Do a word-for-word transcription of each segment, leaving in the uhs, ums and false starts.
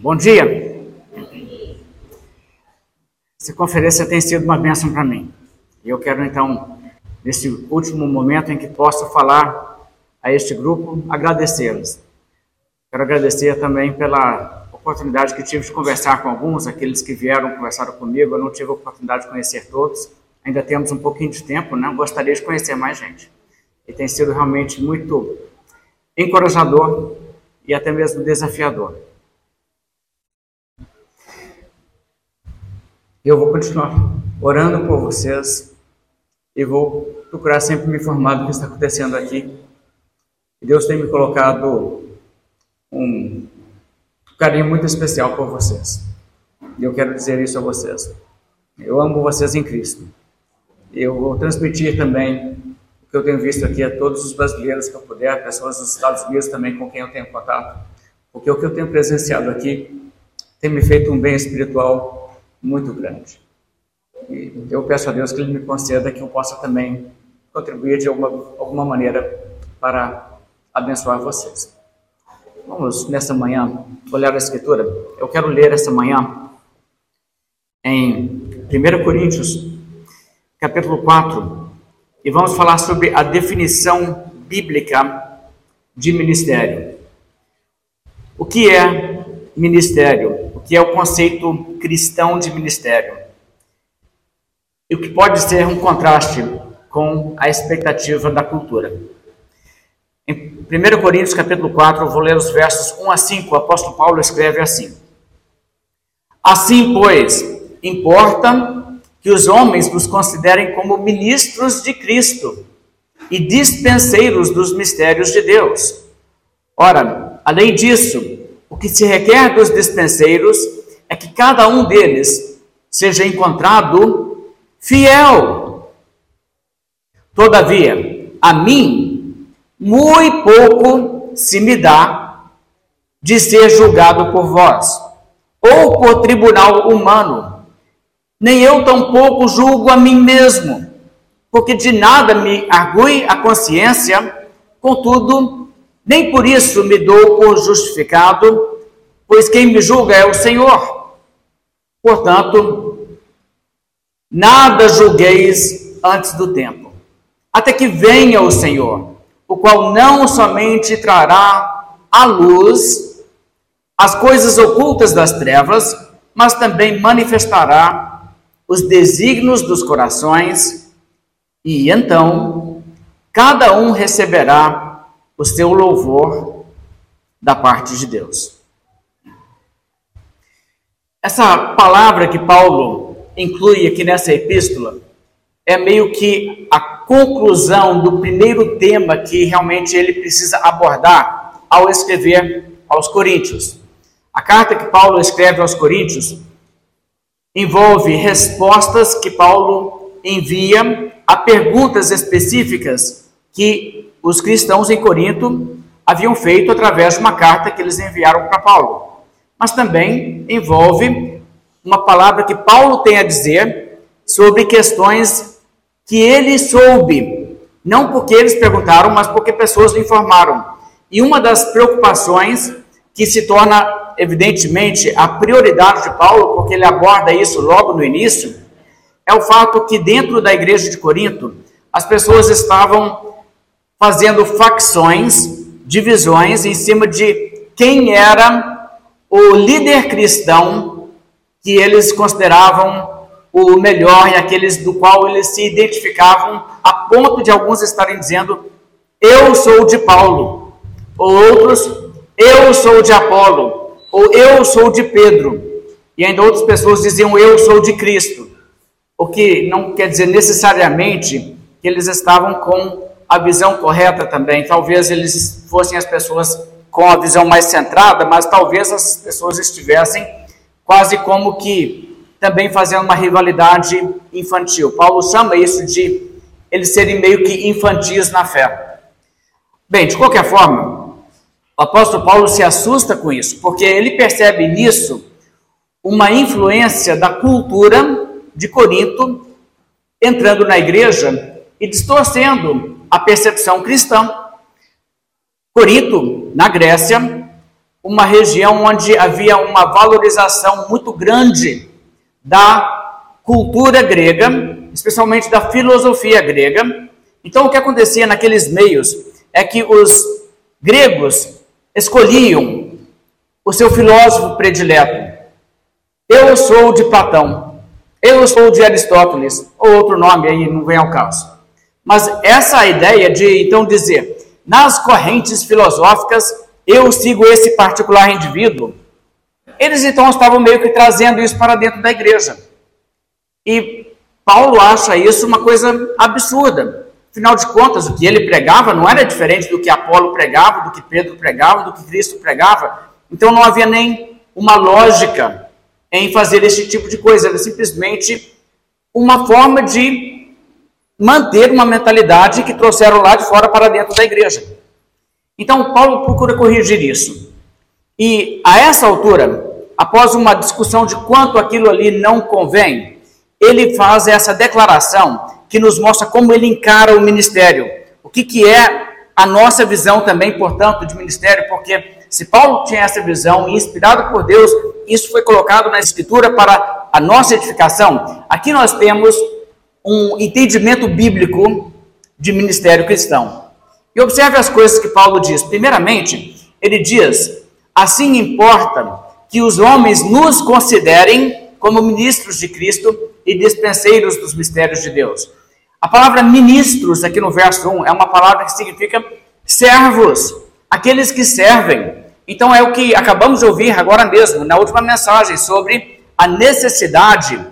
Bom dia. Essa conferência tem sido uma bênção para mim. E eu quero, então, nesse último momento em que posso falar a este grupo, agradecê-los. Quero agradecer também pela oportunidade que tive de conversar com alguns, aqueles que vieram, conversaram comigo. Eu não tive a oportunidade de conhecer todos. Ainda temos um pouquinho de tempo, né? Gostaria de conhecer mais gente. E tem sido realmente muito encorajador e até mesmo desafiador. Eu vou continuar orando por vocês e vou procurar sempre me informar do que está acontecendo aqui. E Deus tem me colocado um carinho muito especial por vocês. E eu quero dizer isso a vocês. Eu amo vocês em Cristo. Eu vou transmitir também o que eu tenho visto aqui a todos os brasileiros que eu puder, pessoas dos Estados Unidos também com quem eu tenho contato. Porque o que eu tenho presenciado aqui tem me feito um bem espiritual muito grande. E eu peço a Deus que Ele me conceda que eu possa também contribuir de alguma, alguma maneira para abençoar vocês. Vamos, nessa manhã, olhar a Escritura. Eu quero ler essa manhã em primeira Coríntios, capítulo quatro, e vamos falar sobre a definição bíblica de ministério. O que é ministério? O que é o conceito cristão de ministério? E o que pode ser um contraste com a expectativa da cultura. Em primeira Coríntios capítulo quatro, eu vou ler os versos um a cinco, o apóstolo Paulo escreve assim: Assim, pois, importa que os homens nos considerem como ministros de Cristo e dispenseiros dos mistérios de Deus. Ora, além disso, o que se requer dos dispenseiros é que cada um deles seja encontrado fiel. Todavia, a mim, muito pouco se me dá de ser julgado por vós, ou por tribunal humano. Nem eu tampouco julgo a mim mesmo, porque de nada me argue a consciência, contudo, nem por isso me dou por justificado, pois quem me julga é o Senhor. Portanto, nada julgueis antes do tempo, até que venha o Senhor, o qual não somente trará à luz as coisas ocultas das trevas, mas também manifestará os desígnios dos corações, e então cada um receberá o seu louvor da parte de Deus. Essa palavra que Paulo inclui aqui nessa epístola é meio que a conclusão do primeiro tema que realmente ele precisa abordar ao escrever aos Coríntios. A carta que Paulo escreve aos Coríntios envolve respostas que Paulo envia a perguntas específicas que os cristãos em Corinto haviam feito através de uma carta que eles enviaram para Paulo. Mas também envolve uma palavra que Paulo tem a dizer sobre questões que ele soube, não porque eles perguntaram, mas porque pessoas lhe informaram. E uma das preocupações que se torna, evidentemente, a prioridade de Paulo, porque ele aborda isso logo no início, é o fato que dentro da igreja de Corinto, as pessoas estavam fazendo facções, divisões em cima de quem era o líder cristão que eles consideravam o melhor e aqueles do qual eles se identificavam, a ponto de alguns estarem dizendo: eu sou de Paulo, ou outros: eu sou de Apolo, ou eu sou de Pedro, e ainda outras pessoas diziam: eu sou de Cristo, o que não quer dizer necessariamente que eles estavam com a visão correta também. Talvez eles fossem as pessoas com a visão mais centrada, mas talvez as pessoas estivessem quase como que também fazendo uma rivalidade infantil. Paulo chama isso de eles serem meio que infantis na fé. Bem, de qualquer forma, o apóstolo Paulo se assusta com isso, porque ele percebe nisso uma influência da cultura de Corinto entrando na igreja e distorcendo a percepção cristã. Corinto, na Grécia, uma região onde havia uma valorização muito grande da cultura grega, especialmente da filosofia grega. Então, o que acontecia naqueles meios é que os gregos escolhiam o seu filósofo predileto. Eu sou de Platão, eu sou de Aristóteles, ou outro nome aí, não vem ao caso. Mas essa ideia de, então, dizer, nas correntes filosóficas, eu sigo esse particular indivíduo, eles, então, estavam meio que trazendo isso para dentro da igreja. E Paulo acha isso uma coisa absurda. Afinal de contas, o que ele pregava não era diferente do que Apolo pregava, do que Pedro pregava, do que Cristo pregava. Então não havia nem uma lógica em fazer esse tipo de coisa. Era simplesmente uma forma de manter uma mentalidade que trouxeram lá de fora para dentro da igreja. Então Paulo procura corrigir isso. E a essa altura, após uma discussão de quanto aquilo ali não convém, ele faz essa declaração que nos mostra como ele encara o ministério. O que, que é a nossa visão também, portanto, de ministério, porque se Paulo tinha essa visão, inspirado por Deus, isso foi colocado na Escritura para a nossa edificação. Aqui nós temos um entendimento bíblico de ministério cristão. E observe as coisas que Paulo diz. Primeiramente, ele diz, assim importa que os homens nos considerem como ministros de Cristo e dispenseiros dos mistérios de Deus. A palavra ministros, aqui no verso um, é uma palavra que significa servos, aqueles que servem. Então é o que acabamos de ouvir agora mesmo, na última mensagem, sobre a necessidade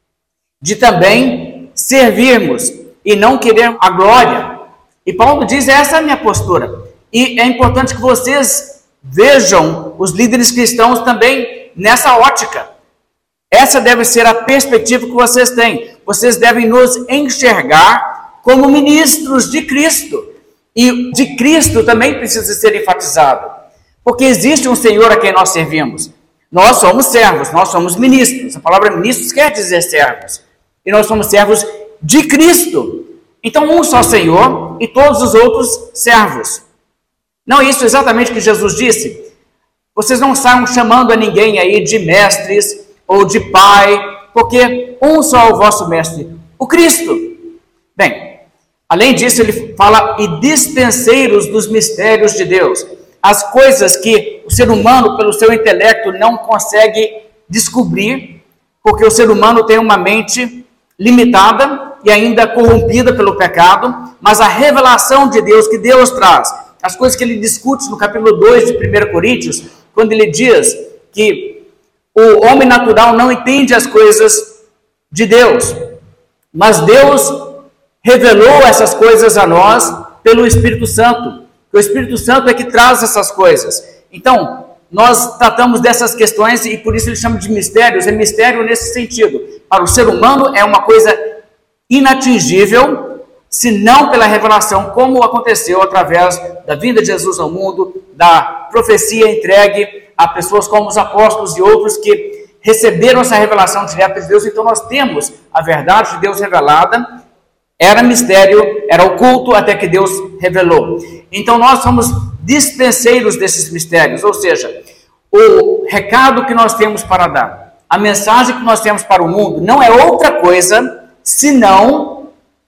de também servirmos e não querer a glória. E Paulo diz, essa é a minha postura. E é importante que vocês vejam os líderes cristãos também nessa ótica. Essa deve ser a perspectiva que vocês têm. Vocês devem nos enxergar como ministros de Cristo. E de Cristo também precisa ser enfatizado. Porque existe um Senhor a quem nós servimos. Nós somos servos, nós somos ministros. A palavra ministros quer dizer servos. E nós somos servos de Cristo. Então, um só Senhor e todos os outros servos. Não é isso exatamente que Jesus disse? Vocês não saiam chamando a ninguém aí de mestres ou de pai, porque um só é o vosso mestre, o Cristo. Bem, além disso, ele fala, e dispenseiros dos mistérios de Deus. As coisas que o ser humano, pelo seu intelecto, não consegue descobrir, porque o ser humano tem uma mente limitada e ainda corrompida pelo pecado, mas a revelação de Deus que Deus traz, as coisas que ele discute no capítulo dois de primeira Coríntios, quando ele diz que o homem natural não entende as coisas de Deus, mas Deus revelou essas coisas a nós pelo Espírito Santo. O Espírito Santo é que traz essas coisas. Então, nós tratamos dessas questões e por isso ele chama de mistérios. É mistério nesse sentido. Para o ser humano é uma coisa inatingível, se não pela revelação, como aconteceu através da vinda de Jesus ao mundo, da profecia entregue a pessoas como os apóstolos e outros que receberam essa revelação direta de Deus. Então nós temos a verdade de Deus revelada, era mistério, era oculto até que Deus revelou. Então nós somos dispenseiros desses mistérios, ou seja, o recado que nós temos para dar, a mensagem que nós temos para o mundo não é outra coisa senão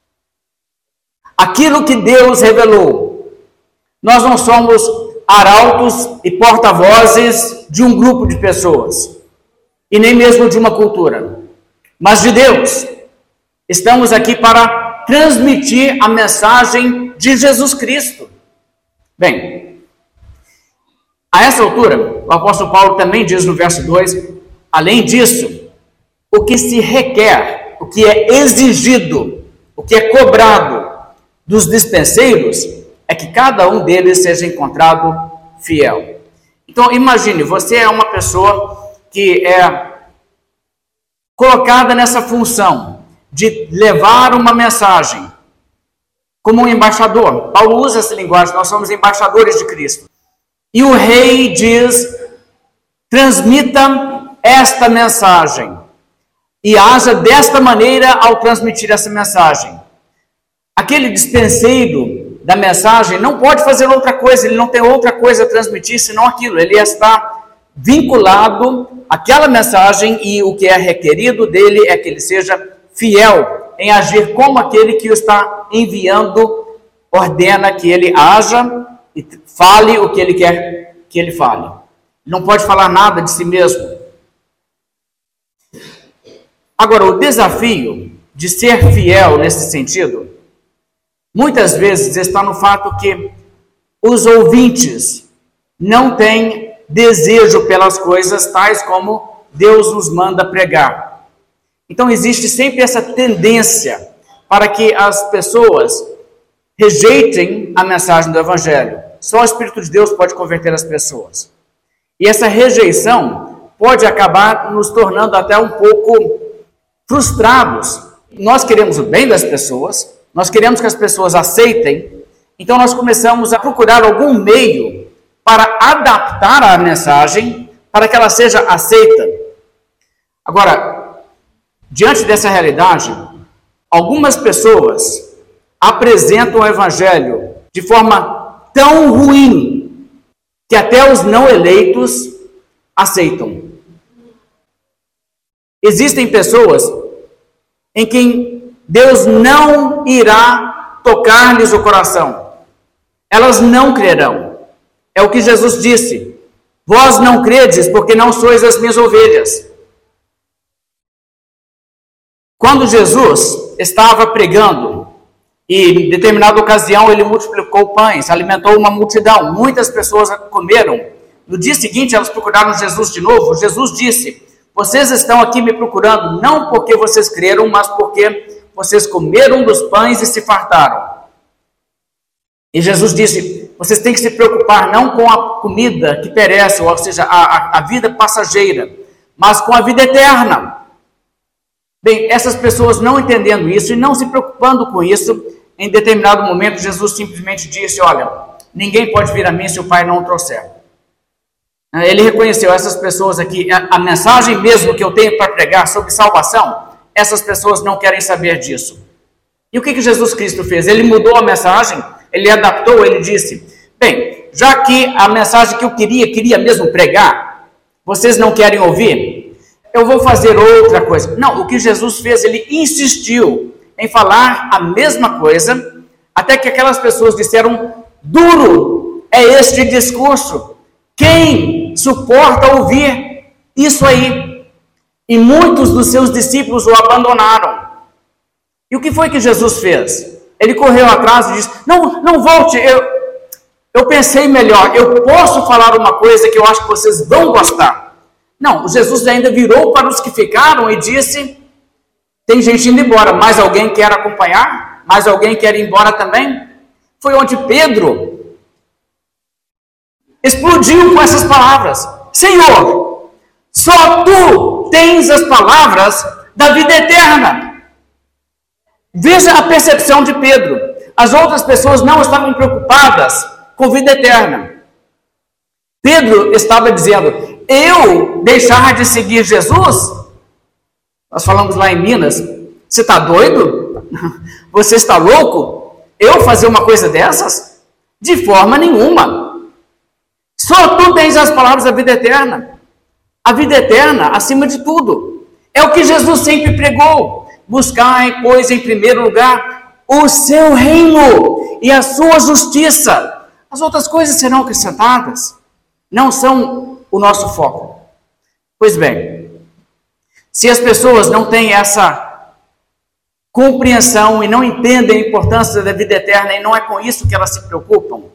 aquilo que Deus revelou. Nós não somos arautos e porta-vozes de um grupo de pessoas, e nem mesmo de uma cultura, mas de Deus. Estamos aqui para transmitir a mensagem de Jesus Cristo. Bem, a essa altura, o apóstolo Paulo também diz no verso dois, além disso, o que se requer, o que é exigido, o que é cobrado dos dispenseiros, é que cada um deles seja encontrado fiel. Então, imagine, você é uma pessoa que é colocada nessa função de levar uma mensagem como um embaixador. Paulo usa essa linguagem, nós somos embaixadores de Cristo. E o rei diz, transmita esta mensagem e haja desta maneira ao transmitir essa mensagem. Aquele dispenseiro da mensagem não pode fazer outra coisa, ele não tem outra coisa a transmitir senão aquilo, ele está vinculado àquela mensagem e o que é requerido dele é que ele seja fiel em agir como aquele que o está enviando ordena que ele haja e fale o que ele quer que ele fale. Não pode falar nada de si mesmo. Agora, o desafio de ser fiel nesse sentido, muitas vezes está no fato que os ouvintes não têm desejo pelas coisas tais como Deus nos manda pregar. Então existe sempre essa tendência para que as pessoas rejeitem a mensagem do Evangelho. Só o Espírito de Deus pode converter as pessoas. E essa rejeição pode acabar nos tornando até um pouco frustrados. Nós queremos o bem das pessoas, nós queremos que as pessoas aceitem, então nós começamos a procurar algum meio para adaptar a mensagem para que ela seja aceita. Agora, diante dessa realidade, algumas pessoas apresentam o Evangelho de forma tão ruim que até os não eleitos aceitam. Existem pessoas em quem Deus não irá tocar-lhes o coração. Elas não crerão. É o que Jesus disse. Vós não credes porque não sois as minhas ovelhas. Quando Jesus estava pregando, e em determinada ocasião ele multiplicou pães, alimentou uma multidão, muitas pessoas comeram. No dia seguinte elas procuraram Jesus de novo. Jesus disse: vocês estão aqui me procurando não porque vocês creram, mas porque vocês comeram dos pães e se fartaram. E Jesus disse: vocês têm que se preocupar não com a comida que perece, ou seja, a, a, a vida passageira, mas com a vida eterna. Bem, essas pessoas não entendendo isso e não se preocupando com isso, em determinado momento Jesus simplesmente disse: olha, ninguém pode vir a mim se o Pai não o trouxer. Ele reconheceu essas pessoas aqui, a, a mensagem mesmo que eu tenho para pregar sobre salvação, essas pessoas não querem saber disso. E o que, que Jesus Cristo fez? Ele mudou a mensagem, ele adaptou, ele disse: bem, já que a mensagem que eu queria, queria mesmo pregar, vocês não querem ouvir, eu vou fazer outra coisa. Não, o que Jesus fez, ele insistiu em falar a mesma coisa, até que aquelas pessoas disseram: duro é este discurso, quem suporta ouvir isso aí? E muitos dos seus discípulos o abandonaram. E o que foi que Jesus fez? Ele correu atrás e disse: não, não volte, eu, eu pensei melhor, eu posso falar uma coisa que eu acho que vocês vão gostar. Não, Jesus ainda virou para os que ficaram e disse: tem gente indo embora, mais alguém quer acompanhar? Mais alguém quer ir embora também? Foi onde Pedro explodiu com essas palavras: Senhor, só Tu tens as palavras da vida eterna. Veja a percepção de Pedro. As outras pessoas não estavam preocupadas com vida eterna. Pedro estava dizendo: eu deixar de seguir Jesus? Nós falamos lá em Minas: você está doido? Você está louco? Eu fazer uma coisa dessas? De forma nenhuma. Só Tu tens as palavras da vida eterna. A vida eterna acima de tudo. É o que Jesus sempre pregou. Buscai, pois, em primeiro lugar o seu reino e a sua justiça. As outras coisas serão acrescentadas. Não são o nosso foco. Pois bem, se as pessoas não têm essa compreensão e não entendem a importância da vida eterna, e não é com isso que elas se preocupam,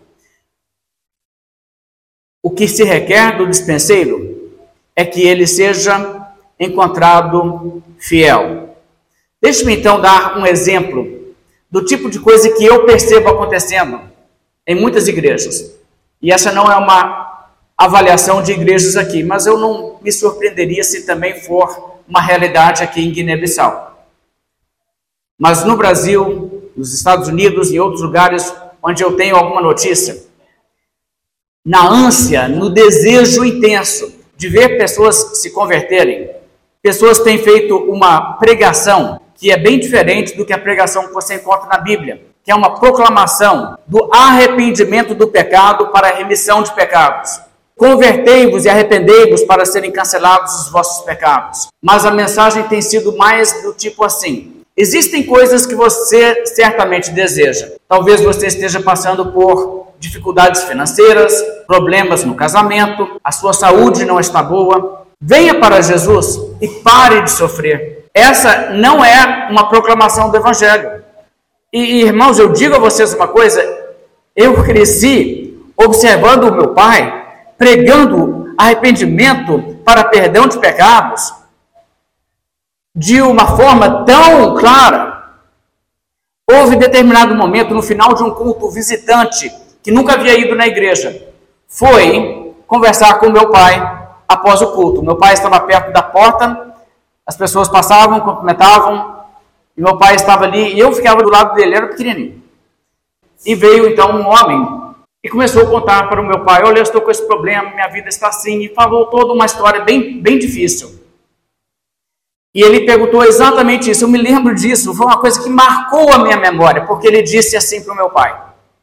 o que se requer do dispenseiro é que ele seja encontrado fiel. Deixe-me então dar um exemplo do tipo de coisa que eu percebo acontecendo em muitas igrejas. E essa não é uma avaliação de igrejas aqui, mas eu não me surpreenderia se também for uma realidade aqui em Guiné-Bissau. Mas no Brasil, nos Estados Unidos e em outros lugares onde eu tenho alguma notícia, na ânsia, no desejo intenso de ver pessoas se converterem, pessoas têm feito uma pregação que é bem diferente do que a pregação que você encontra na Bíblia, que é uma proclamação do arrependimento do pecado para a remissão de pecados. Convertei-vos e arrependei-vos para serem cancelados os vossos pecados. Mas a mensagem tem sido mais do tipo assim: existem coisas que você certamente deseja. Talvez você esteja passando por dificuldades financeiras, problemas no casamento, a sua saúde não está boa. Venha para Jesus e pare de sofrer. Essa não é uma proclamação do Evangelho. E, irmãos, eu digo a vocês uma coisa: eu cresci observando o meu pai pregando arrependimento para perdão de pecados de uma forma tão clara. Houve determinado momento, no final de um culto, visitante que nunca havia ido na igreja foi conversar com meu pai após o culto. Meu pai estava perto da porta, as pessoas passavam, cumprimentavam, e meu pai estava ali, e eu ficava do lado dele, era pequenininho. E veio então um homem e começou a contar para o meu pai: olha, eu estou com esse problema, minha vida está assim, e falou toda uma história bem, bem difícil. E ele perguntou exatamente isso, eu me lembro disso, foi uma coisa que marcou a minha memória, porque ele disse assim para o meu pai: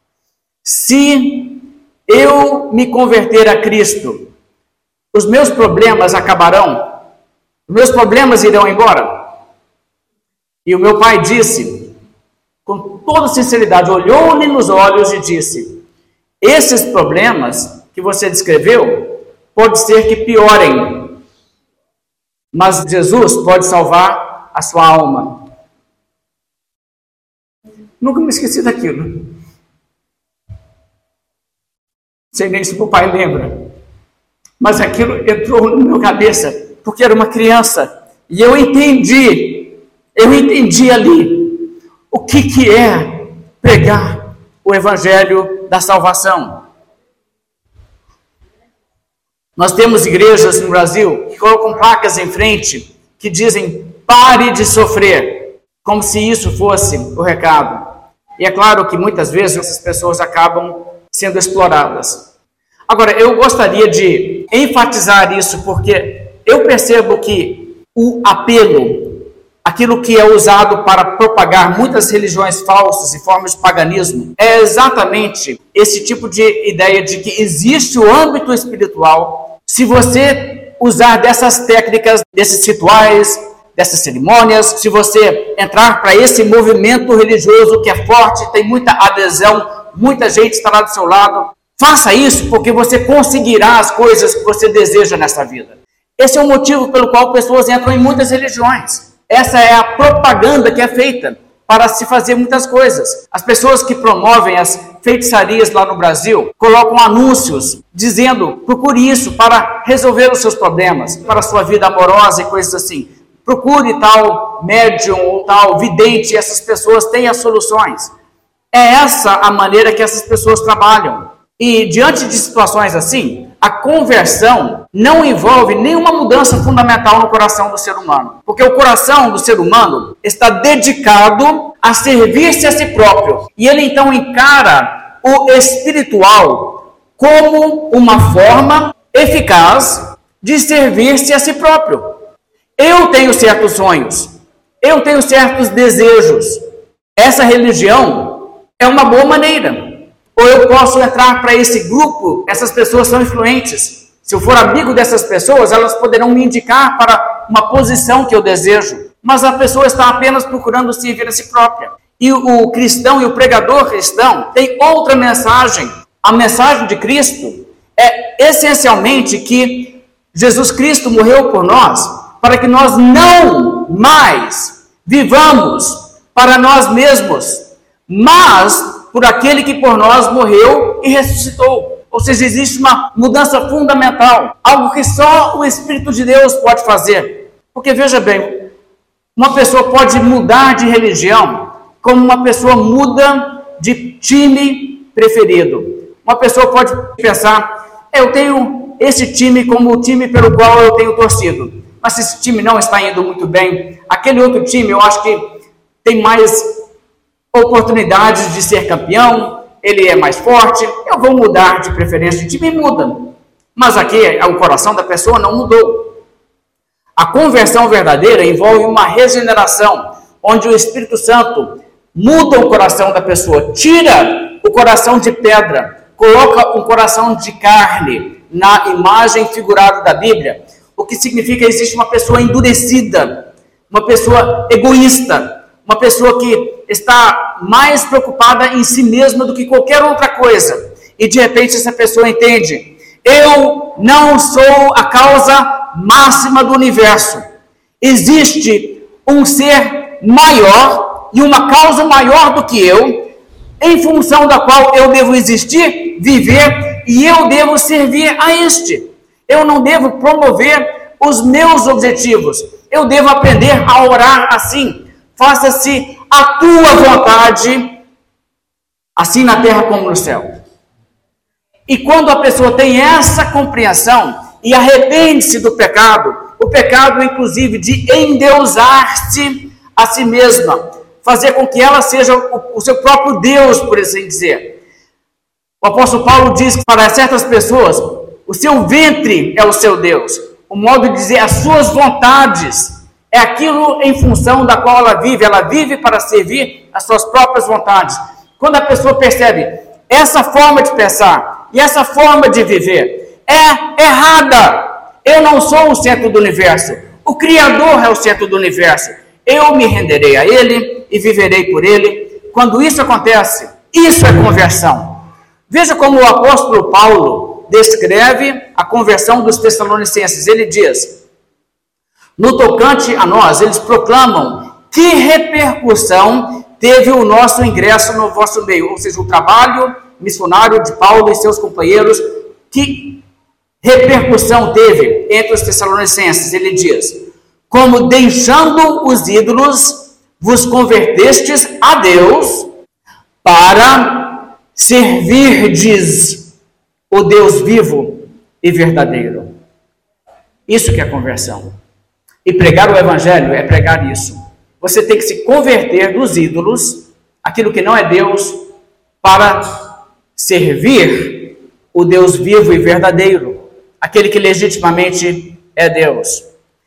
se eu me converter a Cristo, os meus problemas acabarão? Os meus problemas irão embora? E o meu pai disse, com toda sinceridade, olhou-lhe nos olhos e disse: esses problemas que você descreveu, pode ser que piorem, mas Jesus pode salvar a sua alma. Nunca me esqueci daquilo. Sei nem se o meu pai lembra, mas aquilo entrou na minha cabeça, porque era uma criança, e eu entendi, eu entendi ali, o que, que é pregar o Evangelho da salvação. Nós temos igrejas no Brasil que colocam placas em frente que dizem: pare de sofrer, como se isso fosse o recado. E é claro que muitas vezes essas pessoas acabam sendo exploradas. Agora, eu gostaria de enfatizar isso, porque eu percebo que o apelo, aquilo que é usado para propagar muitas religiões falsas e formas de paganismo, é exatamente esse tipo de ideia de que existe o âmbito espiritual. Se você usar dessas técnicas, desses rituais, dessas cerimônias, se você entrar para esse movimento religioso que é forte, tem muita adesão, muita gente estará do seu lado, faça isso porque você conseguirá as coisas que você deseja nessa vida. Esse é o motivo pelo qual pessoas entram em muitas religiões. Essa é a propaganda que é feita para se fazer muitas coisas. As pessoas que promovem as feitiçarias lá no Brasil colocam anúncios dizendo: procure isso para resolver os seus problemas, para a sua vida amorosa e coisas assim. Procure tal médium ou tal vidente, essas pessoas têm as soluções. É essa a maneira que essas pessoas trabalham. E diante de situações assim, a conversão não envolve nenhuma mudança fundamental no coração do ser humano. Porque o coração do ser humano está dedicado a servir-se a si próprio. E ele então encara o espiritual como uma forma eficaz de servir-se a si próprio. Eu tenho certos sonhos, eu tenho certos desejos. Essa religião é uma boa maneira. Ou eu posso entrar para esse grupo, essas pessoas são influentes. Se eu for amigo dessas pessoas, elas poderão me indicar para uma posição que eu desejo. Mas a pessoa está apenas procurando servir a si própria. E o cristão e o pregador cristão tem outra mensagem. A mensagem de Cristo é essencialmente que Jesus Cristo morreu por nós para que nós não mais vivamos para nós mesmos, mas por aquele que por nós morreu e ressuscitou. Ou seja, existe uma mudança fundamental, algo que só o Espírito de Deus pode fazer. Porque veja bem, uma pessoa pode mudar de religião como uma pessoa muda de time preferido. Uma pessoa pode pensar: eu tenho esse time como o time pelo qual eu tenho torcido, mas se esse time não está indo muito bem, aquele outro time eu acho que tem mais oportunidades de ser campeão, ele é mais forte, eu vou mudar de preferência de time. E muda. Mas aqui o coração da pessoa não mudou. A conversão verdadeira envolve uma regeneração, onde o Espírito Santo muda o coração da pessoa, tira o coração de pedra, coloca um coração de carne na imagem figurada da Bíblia, o que significa que existe uma pessoa endurecida, uma pessoa egoísta, uma pessoa que está mais preocupada em si mesma do que qualquer outra coisa. E de repente essa pessoa entende: eu não sou a causa máxima do universo. Existe um ser maior e uma causa maior do que eu, em função da qual eu devo existir, viver, e eu devo servir a este. Eu não devo promover os meus objetivos. Eu devo aprender a orar assim: faça-se a tua vontade, assim na terra como no céu. E quando a pessoa tem essa compreensão e arrepende-se do pecado, o pecado inclusive de endeusar-se a si mesma, fazer com que ela seja o, o seu próprio Deus, por assim dizer. O apóstolo Paulo diz que para certas pessoas, o seu ventre é o seu Deus. O modo de dizer, as suas vontades, é aquilo em função da qual ela vive. Ela vive para servir as suas próprias vontades. Quando a pessoa percebe essa forma de pensar e essa forma de viver, é errada. Eu não sou o centro do universo. O Criador é o centro do universo. Eu me renderei a Ele e viverei por Ele. Quando isso acontece, isso é conversão. Veja como o apóstolo Paulo descreve a conversão dos Tessalonicenses. Ele diz: no tocante a nós, eles proclamam que repercussão teve o nosso ingresso no vosso meio, ou seja, o trabalho missionário de Paulo e seus companheiros, que repercussão teve entre os Tessalonicenses. Ele diz: como deixando os ídolos, vos convertestes a Deus para servirdes o Deus vivo e verdadeiro. Isso que é conversão. E pregar o evangelho é pregar isso. Você tem que se converter dos ídolos, aquilo que não é Deus, para servir o Deus vivo e verdadeiro, aquele que legitimamente é Deus.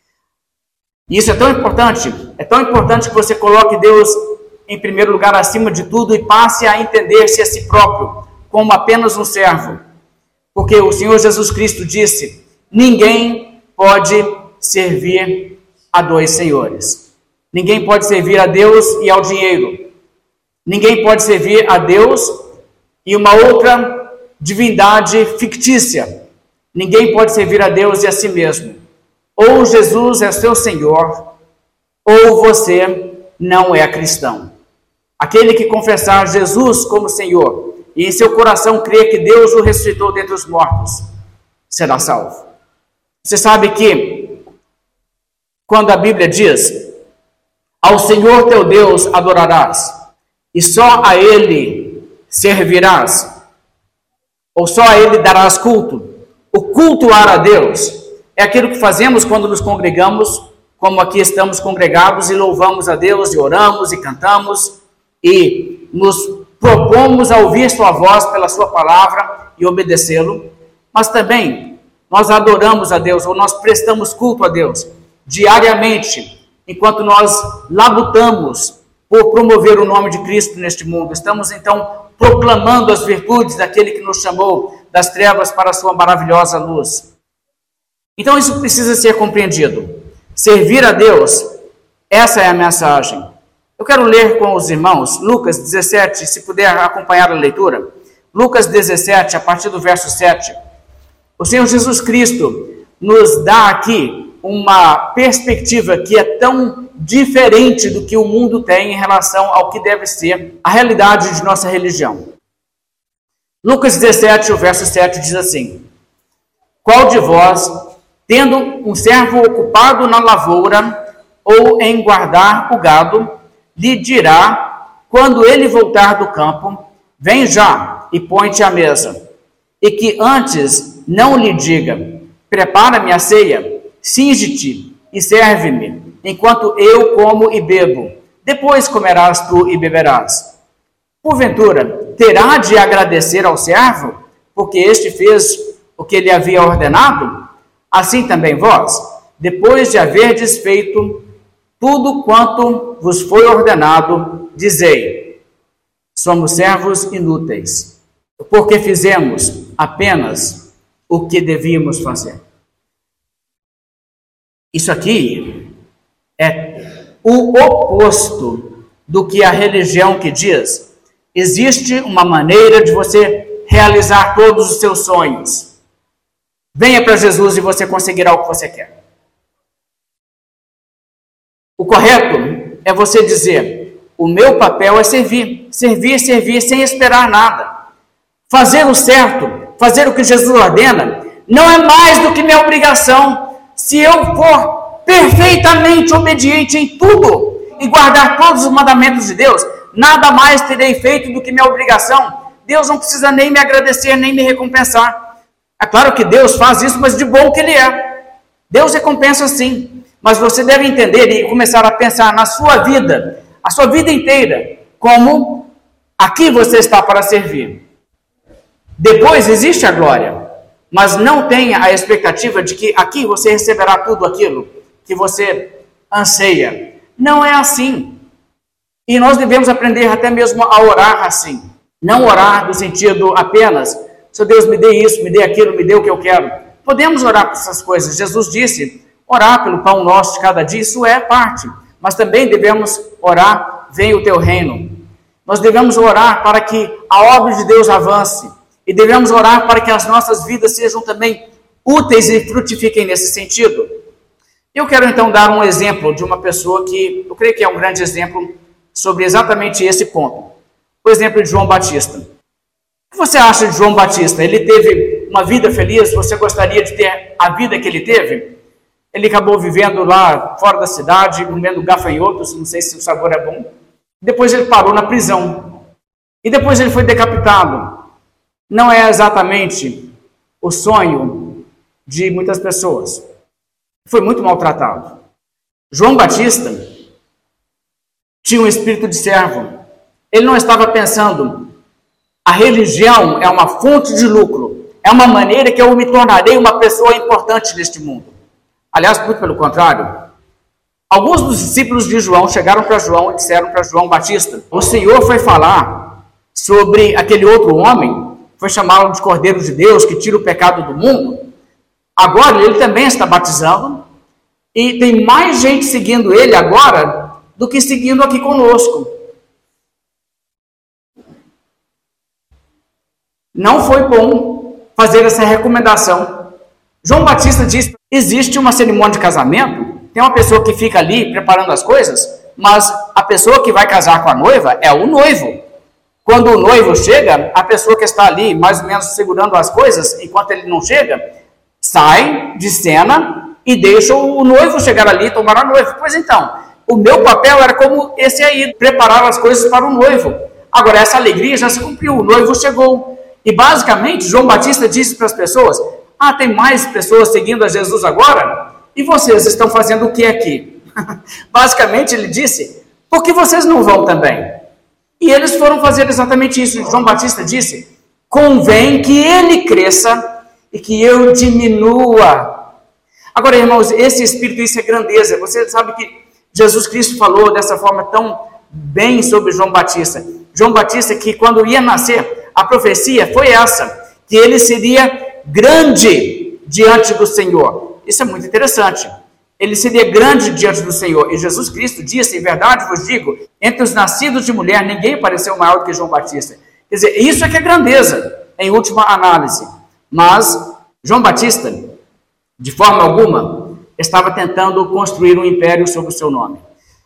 E isso é tão importante, é tão importante que você coloque Deus em primeiro lugar acima de tudo e passe a entender-se a si próprio como apenas um servo. Porque o Senhor Jesus Cristo disse: ninguém pode servir a dois senhores. Ninguém pode servir a Deus e ao dinheiro. Ninguém pode servir a Deus e uma outra divindade fictícia. Ninguém pode servir a Deus e a si mesmo. Ou Jesus é seu Senhor, ou você não é cristão. Aquele que confessar Jesus como Senhor e em seu coração crer que Deus o ressuscitou dentre os mortos, será salvo. Você sabe que quando a Bíblia diz: ao Senhor teu Deus adorarás, e só a Ele servirás, ou só a Ele darás culto. O cultuar a Deus é aquilo que fazemos quando nos congregamos, como aqui estamos congregados, e louvamos a Deus, e oramos, e cantamos, e nos propomos a ouvir sua voz pela sua palavra e obedecê-lo. Mas também nós adoramos a Deus, ou nós prestamos culto a Deus diariamente, enquanto nós labutamos por promover o nome de Cristo neste mundo. Estamos então proclamando as virtudes daquele que nos chamou das trevas para a sua maravilhosa luz. Então isso precisa ser compreendido. Servir a Deus, essa é a mensagem. Eu quero ler com os irmãos Lucas dezessete, se puder acompanhar a leitura. Lucas dezessete, a partir do verso sete. O Senhor Jesus Cristo nos dá aqui uma perspectiva que é tão diferente do que o mundo tem em relação ao que deve ser a realidade de nossa religião. Lucas dezessete, o verso sete diz assim: qual de vós, tendo um servo ocupado na lavoura ou em guardar o gado, lhe dirá, quando ele voltar do campo: vem já e põe-te à mesa, e que antes não lhe diga: prepara-me a ceia, cinge-te e serve-me, enquanto eu como e bebo, depois comerás tu e beberás. Porventura, terá de agradecer ao servo, porque este fez o que lhe havia ordenado? Assim também vós, depois de haverdes feito tudo quanto vos foi ordenado, dizei: somos servos inúteis, porque fizemos apenas o que devíamos fazer. Isso aqui é o oposto do que a religião que diz: existe uma maneira de você realizar todos os seus sonhos. Venha para Jesus e você conseguirá o que você quer. O correto é você dizer: o meu papel é servir, servir, servir, sem esperar nada. Fazer o certo, fazer o que Jesus ordena, não é mais do que minha obrigação. Se eu for perfeitamente obediente em tudo e guardar todos os mandamentos de Deus, nada mais terei feito do que minha obrigação. Deus não precisa nem me agradecer, nem me recompensar. É claro que Deus faz isso, mas de bom que Ele é. Deus recompensa sim. Mas você deve entender e começar a pensar na sua vida, a sua vida inteira, como aqui você está para servir. Depois existe a glória, mas não tenha a expectativa de que aqui você receberá tudo aquilo que você anseia. Não é assim. E nós devemos aprender até mesmo a orar assim. Não orar no sentido apenas: se Deus me dê isso, me dê aquilo, me dê o que eu quero. Podemos orar por essas coisas. Jesus disse: orar pelo pão nosso de cada dia, isso é parte. Mas também devemos orar: venha o teu reino. Nós devemos orar para que a obra de Deus avance. E devemos orar para que as nossas vidas sejam também úteis e frutifiquem nesse sentido. Eu quero então dar um exemplo de uma pessoa que eu creio que é um grande exemplo sobre exatamente esse ponto. O exemplo de João Batista. O que você acha de João Batista? Ele teve uma vida feliz? Você gostaria de ter a vida que ele teve? Ele acabou vivendo lá fora da cidade, comendo gafanhotos, não sei se o sabor é bom. Depois ele parou na prisão. E depois ele foi decapitado. Não é exatamente o sonho de muitas pessoas. Foi muito maltratado. João Batista tinha um espírito de servo. Ele não estava pensando: a religião é uma fonte de lucro, é uma maneira que eu me tornarei uma pessoa importante neste mundo. Aliás, muito pelo contrário. Alguns dos discípulos de João chegaram para João e disseram para João Batista: o Senhor foi falar sobre aquele outro homem, foi chamá-lo de Cordeiro de Deus, que tira o pecado do mundo. Agora ele também está batizando, e tem mais gente seguindo ele agora do que seguindo aqui conosco. Não foi bom fazer essa recomendação. João Batista diz: existe uma cerimônia de casamento, tem uma pessoa que fica ali preparando as coisas, mas a pessoa que vai casar com a noiva é o noivo. Quando o noivo chega, a pessoa que está ali, mais ou menos segurando as coisas, enquanto ele não chega, sai de cena e deixa o noivo chegar ali e tomar a noiva. Pois então, o meu papel era como esse aí, preparar as coisas para o noivo. Agora, essa alegria já se cumpriu, o noivo chegou. E basicamente, João Batista disse para as pessoas: ah, tem mais pessoas seguindo a Jesus agora? E vocês estão fazendo o que aqui? Basicamente, ele disse: por que vocês não vão também? E eles foram fazer exatamente isso. João Batista disse: convém que ele cresça e que eu diminua. Agora, irmãos, esse espírito, isso é grandeza. Você sabe que Jesus Cristo falou dessa forma tão bem sobre João Batista. João Batista, que quando ia nascer, a profecia foi essa, que ele seria grande diante do Senhor. Isso é muito interessante. Ele seria grande diante do Senhor. E Jesus Cristo disse: em verdade vos digo, entre os nascidos de mulher, ninguém pareceu maior do que João Batista. Quer dizer, isso é que é grandeza, em última análise. Mas João Batista, de forma alguma, estava tentando construir um império sob o seu nome.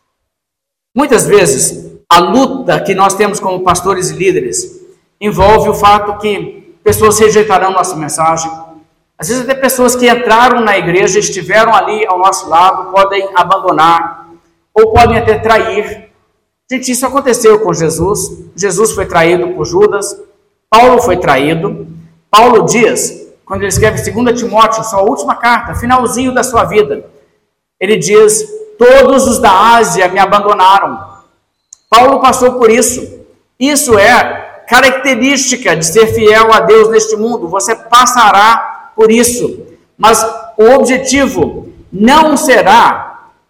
Muitas vezes, a luta que nós temos como pastores e líderes envolve o fato que pessoas rejeitarão nossa mensagem. Às vezes até pessoas que entraram na igreja, estiveram ali ao nosso lado, podem abandonar, ou podem até trair. Gente, isso aconteceu com Jesus. Jesus foi traído por Judas, Paulo foi traído. Paulo diz, quando ele escreve segunda Timóteo, sua última carta, finalzinho da sua vida, ele diz: todos os da Ásia me abandonaram. Paulo passou por isso. Isso é característica de ser fiel a Deus neste mundo. Você passará por isso, mas o objetivo não será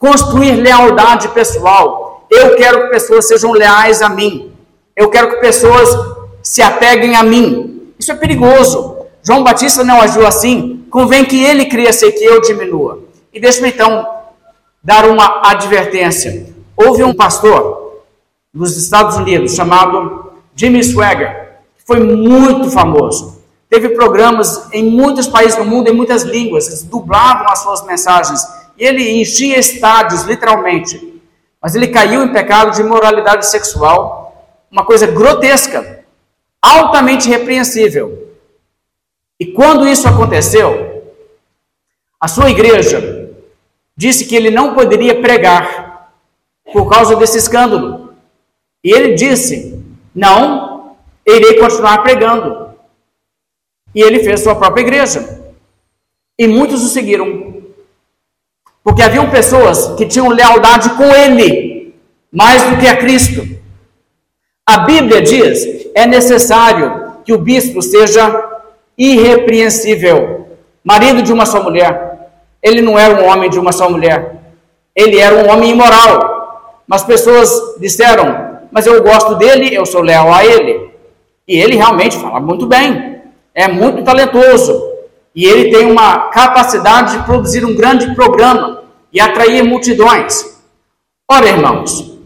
construir lealdade pessoal. Eu quero que pessoas sejam leais a mim. Eu quero que pessoas se apeguem a mim. Isso é perigoso. João Batista não agiu assim. Convém que ele cresça e que eu diminua. E deixa-me então dar uma advertência. Houve um pastor nos Estados Unidos chamado Jimmy Swaggart, que foi muito famoso. Teve programas em muitos países do mundo, em muitas línguas. Eles dublavam as suas mensagens. E ele enchia estádios, literalmente. Mas ele caiu em pecado de imoralidade sexual. Uma coisa grotesca, altamente repreensível. E quando isso aconteceu, a sua igreja disse que ele não poderia pregar por causa desse escândalo. E ele disse, não, irei continuar pregando. E ele fez sua própria igreja. E muitos o seguiram. Porque haviam pessoas que tinham lealdade com ele, mais do que a Cristo. A Bíblia diz, é necessário que o bispo seja irrepreensível, marido de uma só mulher. Ele não era um homem de uma só mulher. Ele era um homem imoral. Mas pessoas disseram, mas eu gosto dele, eu sou leal a ele. E ele realmente fala muito bem. É muito talentoso. E ele tem uma capacidade de produzir um grande programa e atrair multidões. Ora, irmãos,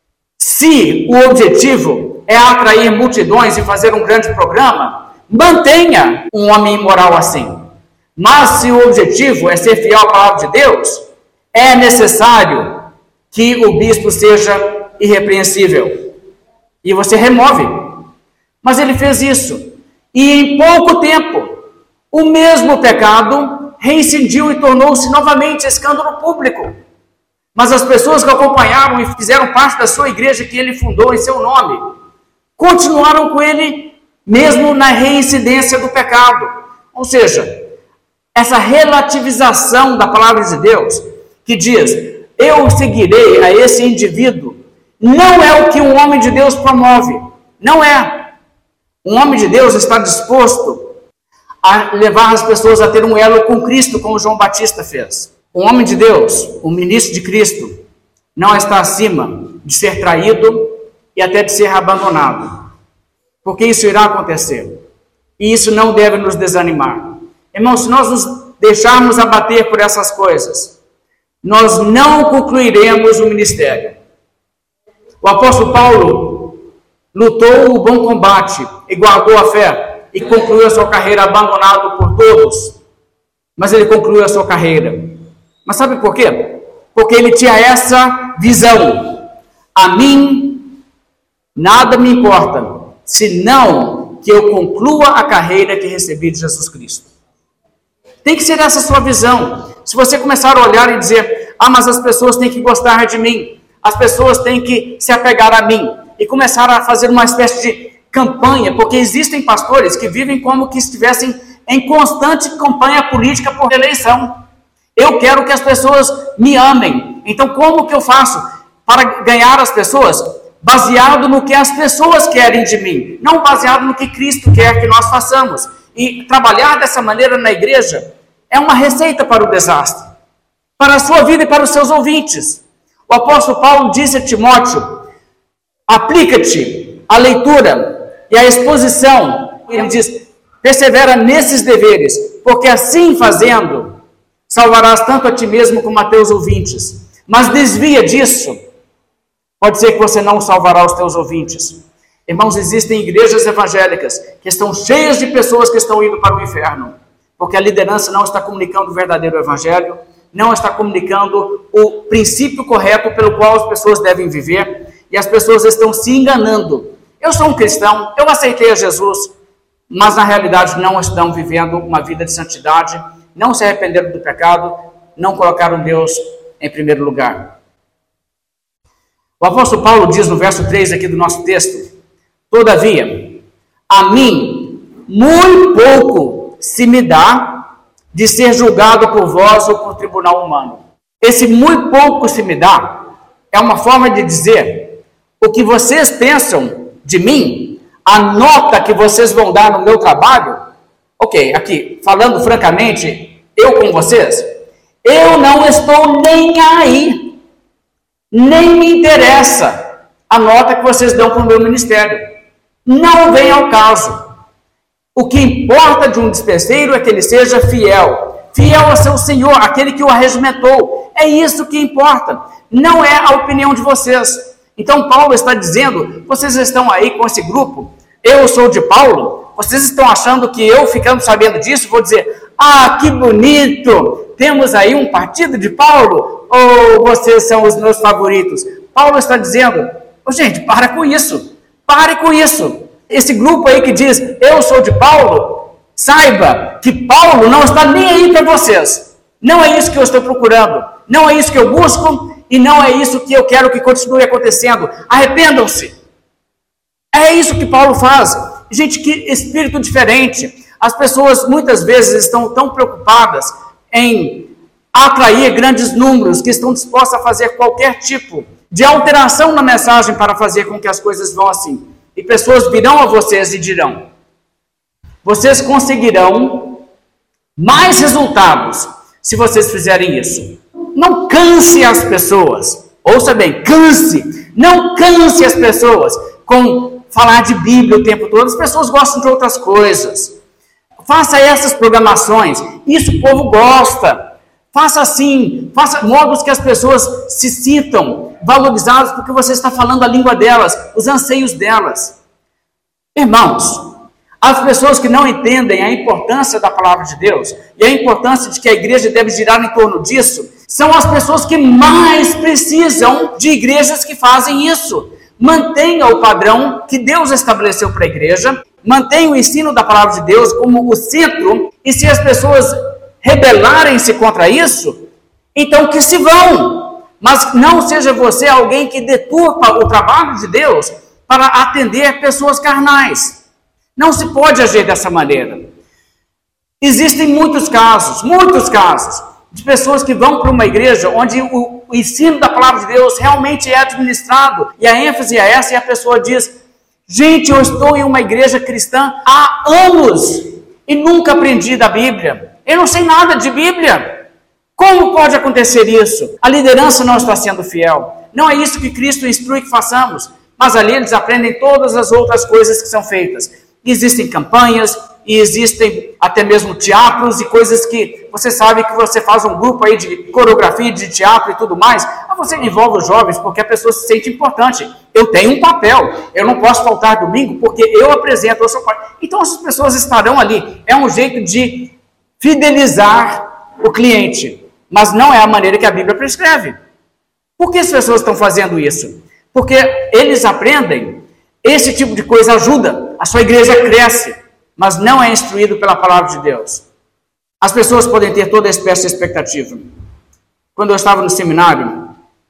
se o objetivo é atrair multidões e fazer um grande programa, mantenha um homem imoral assim. Mas se o objetivo é ser fiel à palavra de Deus, é necessário que o bispo seja irrepreensível. E você remove. Mas ele fez isso. E em pouco tempo, o mesmo pecado reincidiu e tornou-se novamente escândalo público. Mas as pessoas que acompanharam e fizeram parte da sua igreja que ele fundou em seu nome, continuaram com ele mesmo na reincidência do pecado. Ou seja, essa relativização da palavra de Deus, que diz, eu seguirei a esse indivíduo, não é o que um homem de Deus promove. Não é. Um homem de Deus está disposto a levar as pessoas a ter um elo com Cristo, como João Batista fez. Um homem de Deus, um ministro de Cristo, não está acima de ser traído e até de ser abandonado. Porque isso irá acontecer. E isso não deve nos desanimar. Irmãos, se nós nos deixarmos abater por essas coisas, nós não concluiremos o ministério. O apóstolo Paulo lutou o bom combate e guardou a fé e concluiu a sua carreira abandonado por todos. Mas ele concluiu a sua carreira. Mas sabe por quê? Porque ele tinha essa visão. A mim, nada me importa, senão que eu conclua a carreira que recebi de Jesus Cristo. Tem que ser essa a sua visão. Se você começar a olhar e dizer, ah, mas as pessoas têm que gostar de mim, as pessoas têm que se apegar a mim, e começar a fazer uma espécie de campanha, porque existem pastores que vivem como que estivessem em constante campanha política por eleição. Eu quero que as pessoas me amem. Então, como que eu faço para ganhar as pessoas? Baseado no que as pessoas querem de mim, não baseado no que Cristo quer que nós façamos. E trabalhar dessa maneira na igreja é uma receita para o desastre, para a sua vida e para os seus ouvintes. O apóstolo Paulo disse a Timóteo, aplica-te à leitura e à exposição. Ele diz, persevera nesses deveres, porque assim fazendo, salvarás tanto a ti mesmo como a teus ouvintes. Mas desvia disso, pode ser que você não salvará os teus ouvintes. Irmãos, existem igrejas evangélicas que estão cheias de pessoas que estão indo para o inferno, porque a liderança não está comunicando o verdadeiro evangelho, não está comunicando o princípio correto pelo qual as pessoas devem viver, e as pessoas estão se enganando. Eu sou um cristão, eu aceitei a Jesus, mas na realidade não estão vivendo uma vida de santidade, não se arrependeram do pecado, não colocaram Deus em primeiro lugar. O apóstolo Paulo diz no verso três aqui do nosso texto, todavia, a mim muito pouco se me dá de ser julgado por vós ou por tribunal humano. Esse muito pouco se me dá é uma forma de dizer o que vocês pensam de mim, a nota que vocês vão dar no meu trabalho, ok, aqui, falando francamente, eu com vocês, eu não estou nem aí. Nem me interessa a nota que vocês dão para o meu ministério. Não vem ao caso. O que importa de um dispenseiro é que ele seja fiel. Fiel ao seu Senhor, aquele que o arregimentou. É isso que importa. Não é a opinião de vocês. Então Paulo está dizendo, vocês estão aí com esse grupo, eu sou de Paulo, vocês estão achando que eu, ficando sabendo disso, vou dizer, ah, que bonito, temos aí um partido de Paulo, ou vocês são os meus favoritos? Paulo está dizendo, oh, gente, para com isso, pare com isso. Esse grupo aí que diz, eu sou de Paulo, saiba que Paulo não está nem aí para vocês. Não é isso que eu estou procurando, não é isso que eu busco, e não é isso que eu quero que continue acontecendo. Arrependam-se. É isso que Paulo faz. Gente, que espírito diferente. As pessoas muitas vezes estão tão preocupadas em atrair grandes números, que estão dispostas a fazer qualquer tipo de alteração na mensagem para fazer com que as coisas vão assim. E pessoas virão a vocês e dirão, vocês conseguirão mais resultados se vocês fizerem isso. Não canse as pessoas. Ouça bem, canse. Não canse as pessoas com falar de Bíblia o tempo todo. As pessoas gostam de outras coisas. Faça essas programações. Isso o povo gosta. Faça assim. Faça modos que as pessoas se sintam valorizadas porque você está falando a língua delas, os anseios delas. Irmãos, as pessoas que não entendem a importância da palavra de Deus e a importância de que a igreja deve girar em torno disso, são as pessoas que mais precisam de igrejas que fazem isso. Mantenha o padrão que Deus estabeleceu para a igreja, mantenha o ensino da palavra de Deus como o centro, e se as pessoas rebelarem-se contra isso, então que se vão. Mas não seja você alguém que deturpa o trabalho de Deus para atender pessoas carnais. Não se pode agir dessa maneira. Existem muitos casos, muitos casos, de pessoas que vão para uma igreja onde o, o ensino da palavra de Deus realmente é administrado, e a ênfase é essa, e a pessoa diz, gente, eu estou em uma igreja cristã há anos, e nunca aprendi da Bíblia, eu não sei nada de Bíblia. Como pode acontecer isso? A liderança não está sendo fiel. Não é isso que Cristo instrui que façamos, mas ali eles aprendem todas as outras coisas que são feitas. Existem campanhas, e existem até mesmo teatros e coisas que você sabe que você faz um grupo aí de coreografia, de teatro e tudo mais, mas você envolve os jovens porque a pessoa se sente importante. Eu tenho um papel, eu não posso faltar domingo porque eu apresento, eu sou pai. Então essas pessoas estarão ali. É um jeito de fidelizar o cliente, mas não é a maneira que a Bíblia prescreve. Por que as pessoas estão fazendo isso? Porque eles aprendem, esse tipo de coisa ajuda, a sua igreja cresce, mas não é instruído pela palavra de Deus. As pessoas podem ter toda espécie de expectativa. Quando eu estava no seminário,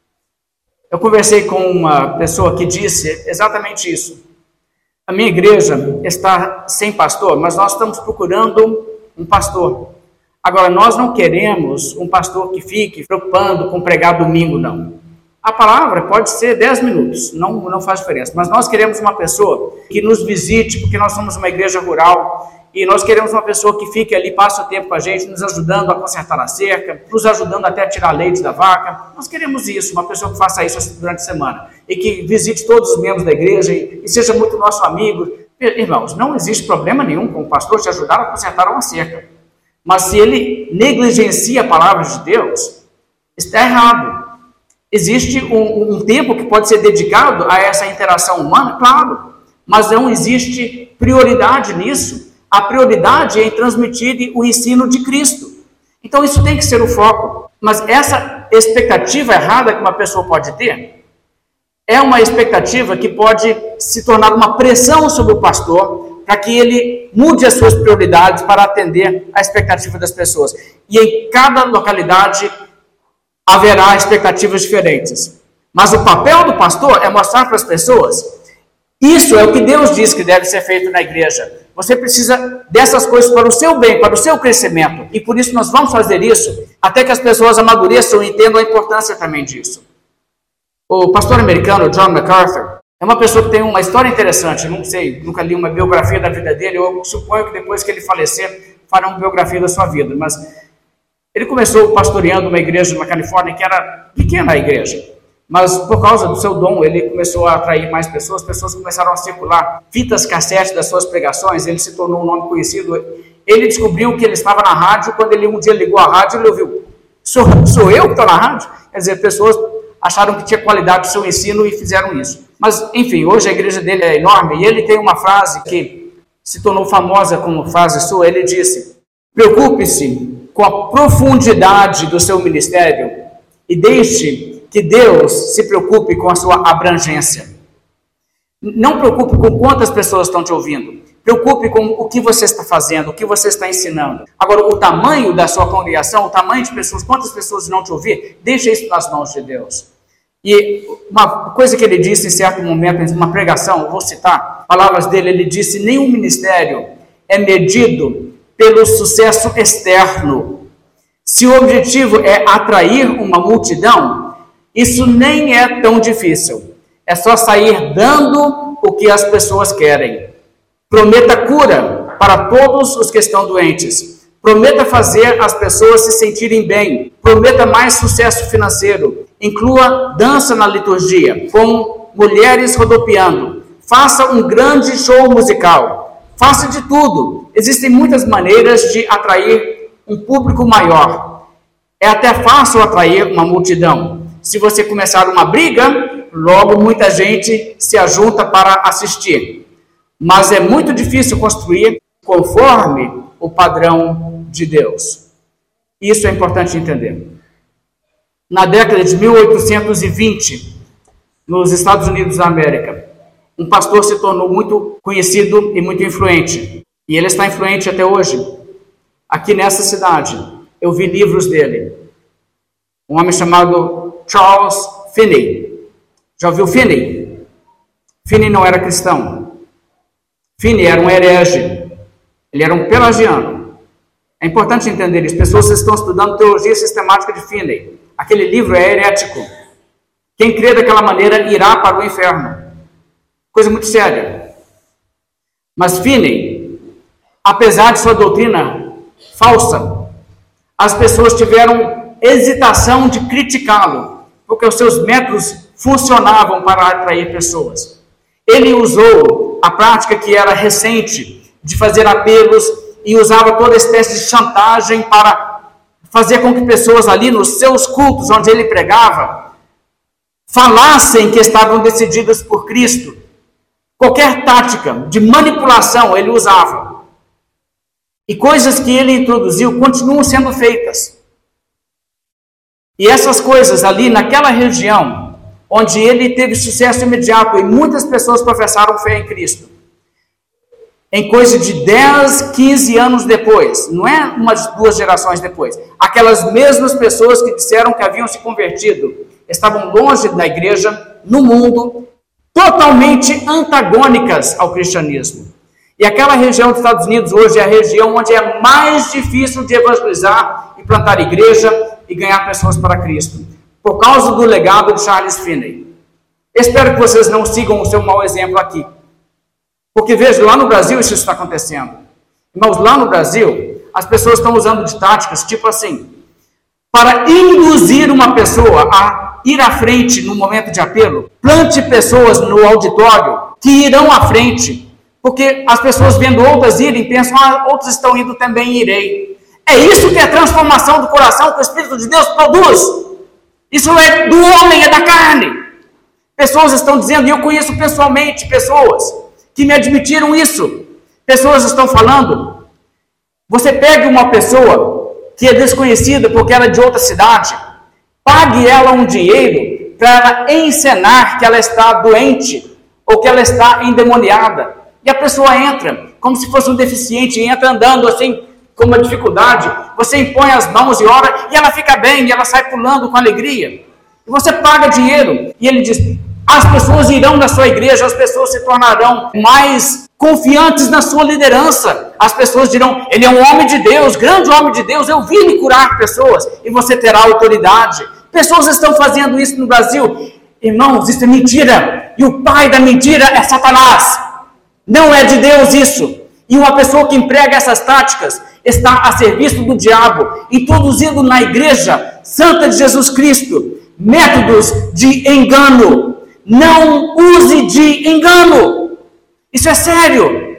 eu conversei com uma pessoa que disse exatamente isso. A minha igreja está sem pastor, mas nós estamos procurando um pastor. Agora, nós não queremos um pastor que fique preocupando com pregar domingo, não. A palavra pode ser dez minutos, não, não faz diferença. Mas nós queremos uma pessoa que nos visite, porque nós somos uma igreja rural, e nós queremos uma pessoa que fique ali, passe o tempo com a gente, nos ajudando a consertar a cerca, nos ajudando até a tirar leite da vaca. Nós queremos isso, uma pessoa que faça isso durante a semana, e que visite todos os membros da igreja, e, e seja muito nosso amigo. Irmãos, não existe problema nenhum com o pastor te ajudar a consertar uma cerca. Mas se ele negligencia a palavra de Deus, está errado. Existe um, um tempo que pode ser dedicado a essa interação humana, claro, mas não existe prioridade nisso. A prioridade é em transmitir o ensino de Cristo. Então isso tem que ser o foco. Mas essa expectativa errada que uma pessoa pode ter, é uma expectativa que pode se tornar uma pressão sobre o pastor, para que ele mude as suas prioridades para atender a expectativa das pessoas. E em cada localidade haverá expectativas diferentes. Mas o papel do pastor é mostrar para as pessoas, isso é o que Deus diz que deve ser feito na igreja. Você precisa dessas coisas para o seu bem, para o seu crescimento. E por isso nós vamos fazer isso, até que as pessoas amadureçam e entendam a importância também disso. O pastor americano John MacArthur é uma pessoa que tem uma história interessante. Eu não sei, nunca li uma biografia da vida dele. Eu suponho que depois que ele falecer, fará uma biografia da sua vida. Mas ele começou pastoreando uma igreja na Califórnia que era pequena a igreja, Mas por causa do seu dom, ele começou a atrair mais pessoas, pessoas começaram a circular fitas cassete das suas pregações, ele se tornou um nome conhecido. Ele descobriu que ele estava na rádio, quando ele um dia ligou a rádio, ele ouviu, sou, sou eu que estou na rádio? Quer dizer, pessoas acharam que tinha qualidade do seu ensino e fizeram isso. Mas, enfim, hoje a igreja dele é enorme, e ele tem uma frase que se tornou famosa como frase sua. Ele disse: preocupe-se com a profundidade do seu ministério e deixe que Deus se preocupe com a sua abrangência. Não preocupe com quantas pessoas estão te ouvindo. Preocupe com o que você está fazendo, o que você está ensinando. Agora, o tamanho da sua congregação, o tamanho de pessoas, quantas pessoas vão te ouvir, deixa isso nas mãos de Deus. E uma coisa que ele disse em certo momento, em uma pregação, eu vou citar palavras dele, ele disse: nenhum ministério é medido pelo sucesso externo. Se o objetivo é atrair uma multidão, isso nem é tão difícil. É só sair dando o que as pessoas querem. Prometa cura para todos os que estão doentes. Prometa fazer as pessoas se sentirem bem. Prometa mais sucesso financeiro. Inclua dança na liturgia, com mulheres rodopiando. Faça um grande show musical. Faça de tudo. Existem muitas maneiras de atrair um público maior. É até fácil atrair uma multidão. Se você começar uma briga, logo muita gente se ajunta para assistir. Mas é muito difícil construir conforme o padrão de Deus. Isso é importante entender. Na década de mil oitocentos e vinte, nos Estados Unidos da América, um pastor se tornou muito conhecido e muito influente. E ele está influente até hoje. Aqui nessa cidade, eu vi livros dele. Um homem chamado Charles Finney. Já ouviu Finney? Finney não era cristão. Finney era um herege. Ele era um pelagiano. É importante entender isso. Pessoas estão estudando teologia sistemática de Finney. Aquele livro é herético. Quem crê daquela maneira irá para o inferno. Coisa muito séria. Mas Finney, apesar de sua doutrina falsa, as pessoas tiveram hesitação de criticá-lo, porque os seus métodos funcionavam para atrair pessoas. Ele usou a prática que era recente de fazer apelos e usava toda espécie de chantagem para fazer com que pessoas ali nos seus cultos, onde ele pregava, falassem que estavam decididas por Cristo. Qualquer tática de manipulação ele usava. E coisas que ele introduziu continuam sendo feitas. E essas coisas ali naquela região, onde ele teve sucesso imediato e muitas pessoas professaram fé em Cristo, em coisa de dez, quinze anos depois, não é umas duas gerações depois, aquelas mesmas pessoas que disseram que haviam se convertido, estavam longe da igreja, no mundo, totalmente antagônicas ao cristianismo. E aquela região dos Estados Unidos hoje é a região onde é mais difícil de evangelizar e plantar igreja e ganhar pessoas para Cristo, por causa do legado de Charles Finney. Espero que vocês não sigam o seu mau exemplo aqui, porque veja, lá no Brasil isso está acontecendo. Irmãos, lá no Brasil, as pessoas estão usando de táticas tipo assim, para induzir uma pessoa a ir à frente no momento de apelo, plante pessoas no auditório que irão à frente, porque as pessoas vendo outras irem, pensam, ah, outros estão indo, também irei. É isso que é a transformação do coração que o Espírito de Deus produz. Isso é do homem, é da carne. Pessoas estão dizendo, e eu conheço pessoalmente pessoas que me admitiram isso. Pessoas estão falando, você pega uma pessoa que é desconhecida porque ela é de outra cidade, pague ela um dinheiro para ela encenar que ela está doente ou que ela está endemoniada. E a pessoa entra como se fosse um deficiente, entra andando assim, com uma dificuldade, você impõe as mãos e ora, e ela fica bem, e ela sai pulando com alegria. E você paga dinheiro, e ele diz, as pessoas irão na sua igreja, as pessoas se tornarão mais confiantes na sua liderança. As pessoas dirão, ele é um homem de Deus, grande homem de Deus, eu vi ele curar pessoas, e você terá autoridade. Pessoas estão fazendo isso no Brasil. Irmãos, isso é mentira, e o pai da mentira é Satanás. Não é de Deus isso. E uma pessoa que emprega essas táticas está a serviço do diabo, introduzindo na igreja santa de Jesus Cristo métodos de engano. Não use de engano. Isso é sério.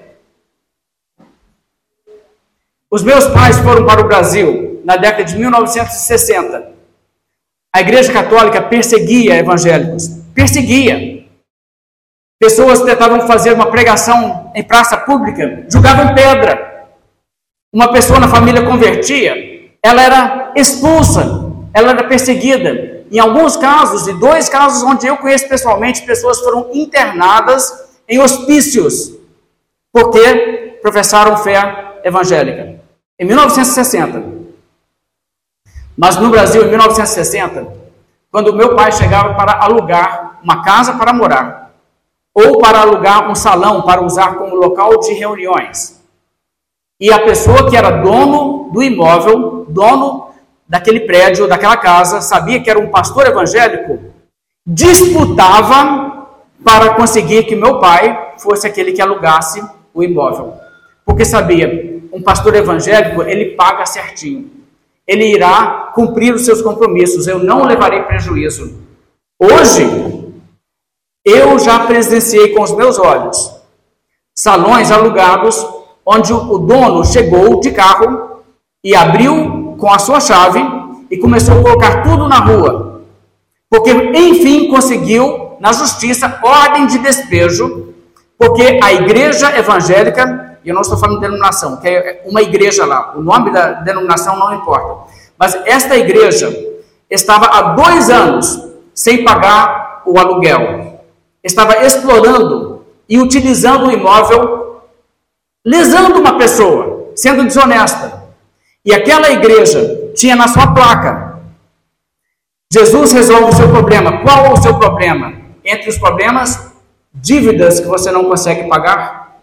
Os meus pais foram para o Brasil na década de mil novecentos e sessenta. A Igreja Católica perseguia evangélicos. Perseguia. Pessoas tentavam fazer uma pregação em praça pública, jogavam pedra. Uma pessoa na família convertia, ela era expulsa, ela era perseguida. Em alguns casos, e dois casos onde eu conheço pessoalmente, pessoas foram internadas em hospícios, porque professaram fé evangélica. Em mil novecentos e sessenta. Mas no Brasil, em mil novecentos e sessenta, quando meu pai chegava para alugar uma casa para morar, ou para alugar um salão para usar como local de reuniões, e a pessoa que era dono do imóvel, dono daquele prédio, daquela casa, sabia que era um pastor evangélico, disputava para conseguir que meu pai fosse aquele que alugasse o imóvel. Porque sabia, um pastor evangélico, ele paga certinho. Ele irá cumprir os seus compromissos. Eu não levarei prejuízo. Hoje, eu já presenciei com os meus olhos salões alugados onde o dono chegou de carro e abriu com a sua chave e começou a colocar tudo na rua. Porque, enfim, conseguiu, na justiça, ordem de despejo, porque a igreja evangélica, e eu não estou falando de denominação, que é uma igreja lá, o nome da denominação não importa, mas esta igreja estava há dois anos sem pagar o aluguel, estava explorando e utilizando o imóvel, lesando uma pessoa, sendo desonesta, e aquela igreja tinha na sua placa: Jesus resolve o seu problema. Qual é o seu problema? Entre os problemas, dívidas que você não consegue pagar.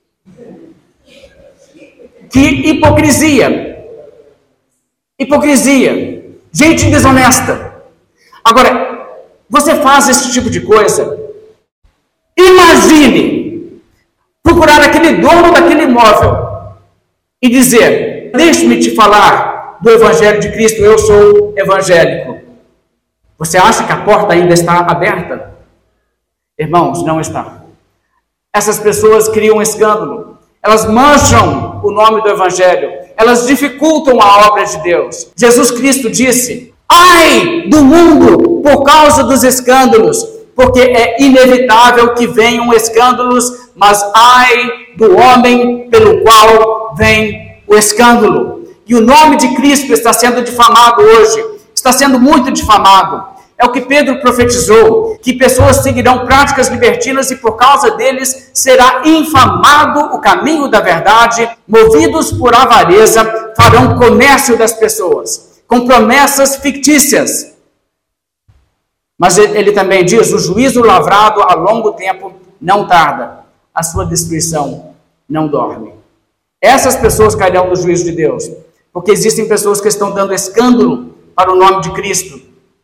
Que hipocrisia! Hipocrisia! Gente desonesta. Agora, você faz esse tipo de coisa, imagine procurar aquele dono daquele imóvel e dizer: deixe-me te falar do Evangelho de Cristo, eu sou evangélico. Você acha que a porta ainda está aberta? Irmãos, não está. Essas pessoas criam um escândalo. Elas mancham o nome do Evangelho. Elas dificultam a obra de Deus. Jesus Cristo disse: ai do mundo por causa dos escândalos, porque é inevitável que venham escândalos, mas ai do homem pelo qual vem o escândalo. E o nome de Cristo está sendo difamado hoje. Está sendo muito difamado. É o que Pedro profetizou, que pessoas seguirão práticas libertinas e por causa deles será infamado o caminho da verdade, movidos por avareza, farão comércio das pessoas, com promessas fictícias. Mas ele também diz: o juízo lavrado a longo tempo não tarda, a sua destruição não dorme. Essas pessoas cairão do juízo de Deus, porque existem pessoas que estão dando escândalo para o nome de Cristo.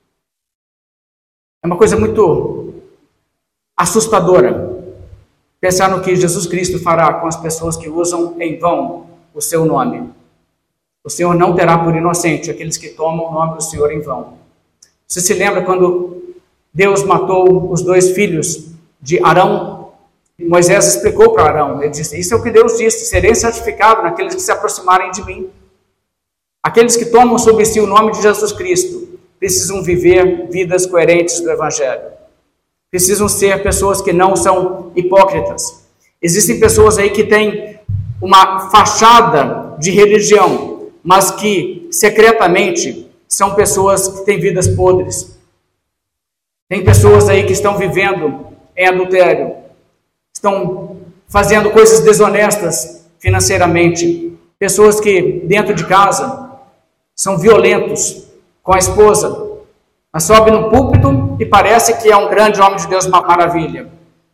É uma coisa muito assustadora pensar no que Jesus Cristo fará com as pessoas que usam em vão o seu nome. O Senhor não terá por inocente aqueles que tomam o nome do Senhor em vão. Você se lembra quando Deus matou os dois filhos de Arão? Moisés explicou para Arão, ele disse: isso é o que Deus disse, serei santificado naqueles que se aproximarem de mim. Aqueles que tomam sobre si o nome de Jesus Cristo precisam viver vidas coerentes do Evangelho. Precisam ser pessoas que não são hipócritas. Existem pessoas aí que têm uma fachada de religião, mas que secretamente são pessoas que têm vidas podres. Tem pessoas aí que estão vivendo em adultério, estão fazendo coisas desonestas financeiramente. Pessoas que dentro de casa são violentos com a esposa, mas sobe no púlpito e parece que é um grande homem de Deus, uma maravilha.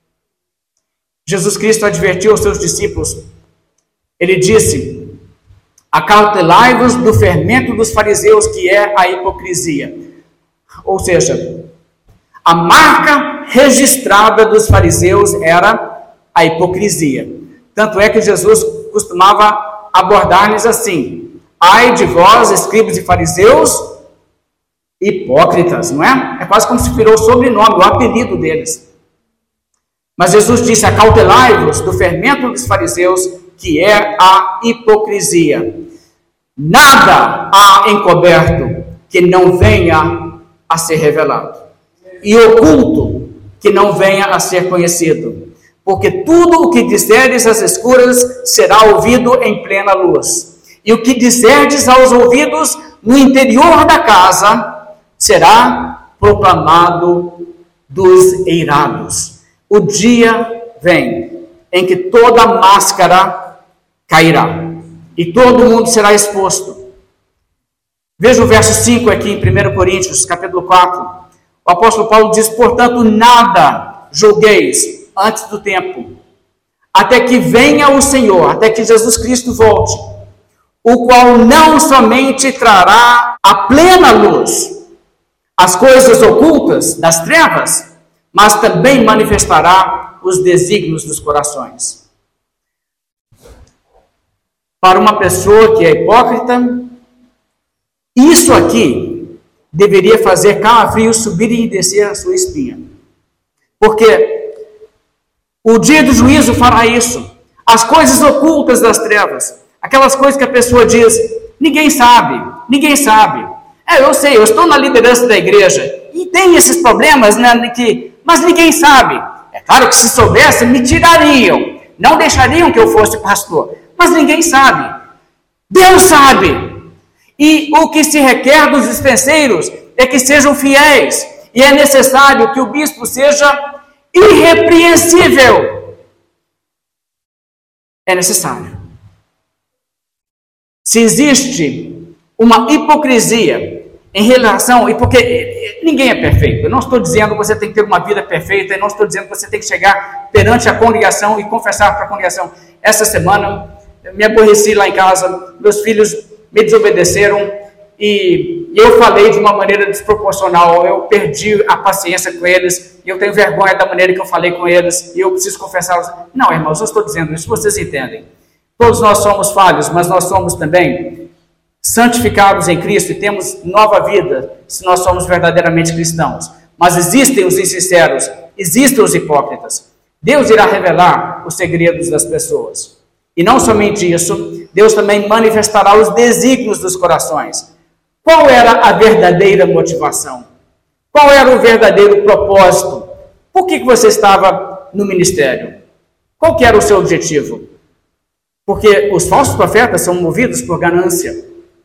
Jesus Cristo advertiu aos seus discípulos. Ele disse: acautelai-vos do fermento dos fariseus, que é a hipocrisia. Ou seja, a marca registrada dos fariseus era a hipocrisia. Tanto é que Jesus costumava abordar-lhes assim: ai de vós, escribas e fariseus, hipócritas, não é? É quase como se virou o sobrenome, o apelido deles. Mas Jesus disse: acautelai-vos do fermento dos fariseus, que é a hipocrisia. Nada há encoberto que não venha a ser revelado, e oculto que não venha a ser conhecido. Porque tudo o que disserdes às escuras será ouvido em plena luz, e o que disserdes aos ouvidos no interior da casa será proclamado dos eirados. O dia vem em que toda máscara cairá e todo mundo será exposto. Veja o verso cinco aqui em primeira Coríntios, capítulo quatro. O apóstolo Paulo diz: portanto, nada julgueis antes do tempo, até que venha o Senhor, até que Jesus Cristo volte, o qual não somente trará a plena luz as coisas ocultas das trevas, mas também manifestará os desígnios dos corações. Para uma pessoa que é hipócrita, isso aqui deveria fazer calafrios subirem e descer a sua espinha. Porque o dia do juízo fará isso. As coisas ocultas das trevas, aquelas coisas que a pessoa diz: ninguém sabe, ninguém sabe. É, eu sei, eu estou na liderança da igreja e tem esses problemas, né, que, mas ninguém sabe. É claro que se soubesse, me tirariam, não deixariam que eu fosse pastor, mas ninguém sabe. Deus sabe. E o que se requer dos dispenseiros é que sejam fiéis, e é necessário que o bispo seja irrepreensível. É necessário. Se existe uma hipocrisia em relação, e porque ninguém é perfeito, eu não estou dizendo que você tem que ter uma vida perfeita, eu não estou dizendo que você tem que chegar perante a congregação e confessar para a congregação: essa semana eu me aborreci lá em casa, meus filhos me desobedeceram e eu falei de uma maneira desproporcional, eu perdi a paciência com eles, e eu tenho vergonha da maneira que eu falei com eles, e eu preciso confessar. Não, irmãos, eu estou dizendo isso, vocês entendem. Todos nós somos falhos, mas nós somos também santificados em Cristo e temos nova vida se nós somos verdadeiramente cristãos. Mas existem os insinceros, existem os hipócritas. Deus irá revelar os segredos das pessoas. E não somente isso, Deus também manifestará os desígnios dos corações. Qual era a verdadeira motivação? Qual era o verdadeiro propósito? Por que você estava no ministério? Qual que era o seu objetivo? Porque os falsos profetas são movidos por ganância.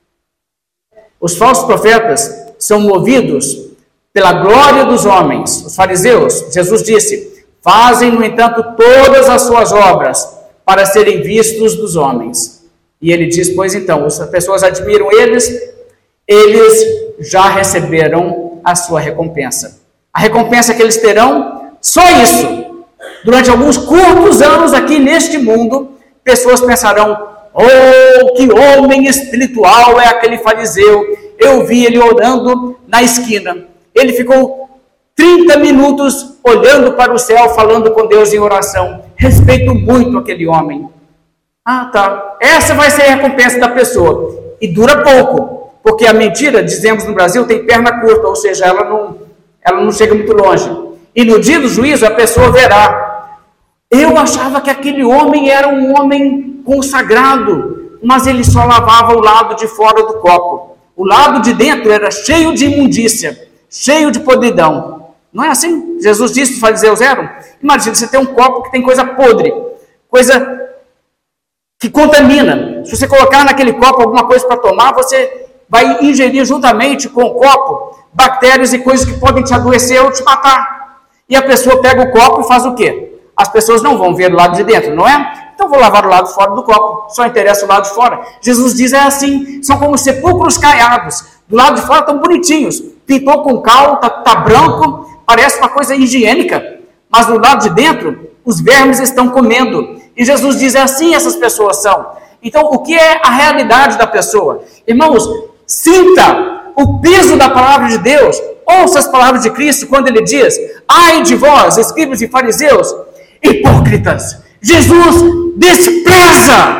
Os falsos profetas são movidos pela glória dos homens. Os fariseus, Jesus disse: fazem, no entanto, todas as suas obras para serem vistos dos homens. E ele diz: pois então, as pessoas admiram eles, eles já receberam a sua recompensa. A recompensa que eles terão, só isso. Durante alguns curtos anos aqui neste mundo, pessoas pensarão: oh, que homem espiritual é aquele fariseu. Eu vi ele orando na esquina. Ele ficou trinta minutos olhando para o céu, falando com Deus em oração. Respeito muito aquele homem. Ah, tá. Essa vai ser a recompensa da pessoa. E dura pouco, porque a mentira, dizemos no Brasil, tem perna curta, ou seja, ela não, ela não chega muito longe. E no dia do juízo a pessoa verá: eu achava que aquele homem era um homem consagrado, mas ele só lavava o lado de fora do copo. O lado de dentro era cheio de imundícia, cheio de podridão. Não é assim? Jesus disse que os fariseus eram. Imagina, você tem um copo que tem coisa podre, coisa que contamina. Se você colocar naquele copo alguma coisa para tomar, você vai ingerir juntamente com o copo bactérias e coisas que podem te adoecer ou te matar. E a pessoa pega o copo e faz o quê? As pessoas não vão ver o lado de dentro, não é? Então vou lavar o lado de fora do copo, só interessa o lado de fora. Jesus diz: é assim, são como sepulcros caiados, do lado de fora estão bonitinhos, pintou com cal, tá, tá branco, parece uma coisa higiênica, mas do lado de dentro os vermes estão comendo. E Jesus diz: é assim essas pessoas são. Então o que é a realidade da pessoa? Irmãos, sinta o peso da palavra de Deus, ouça as palavras de Cristo quando ele diz: ai de vós, escribas e fariseus, hipócritas. Jesus despreza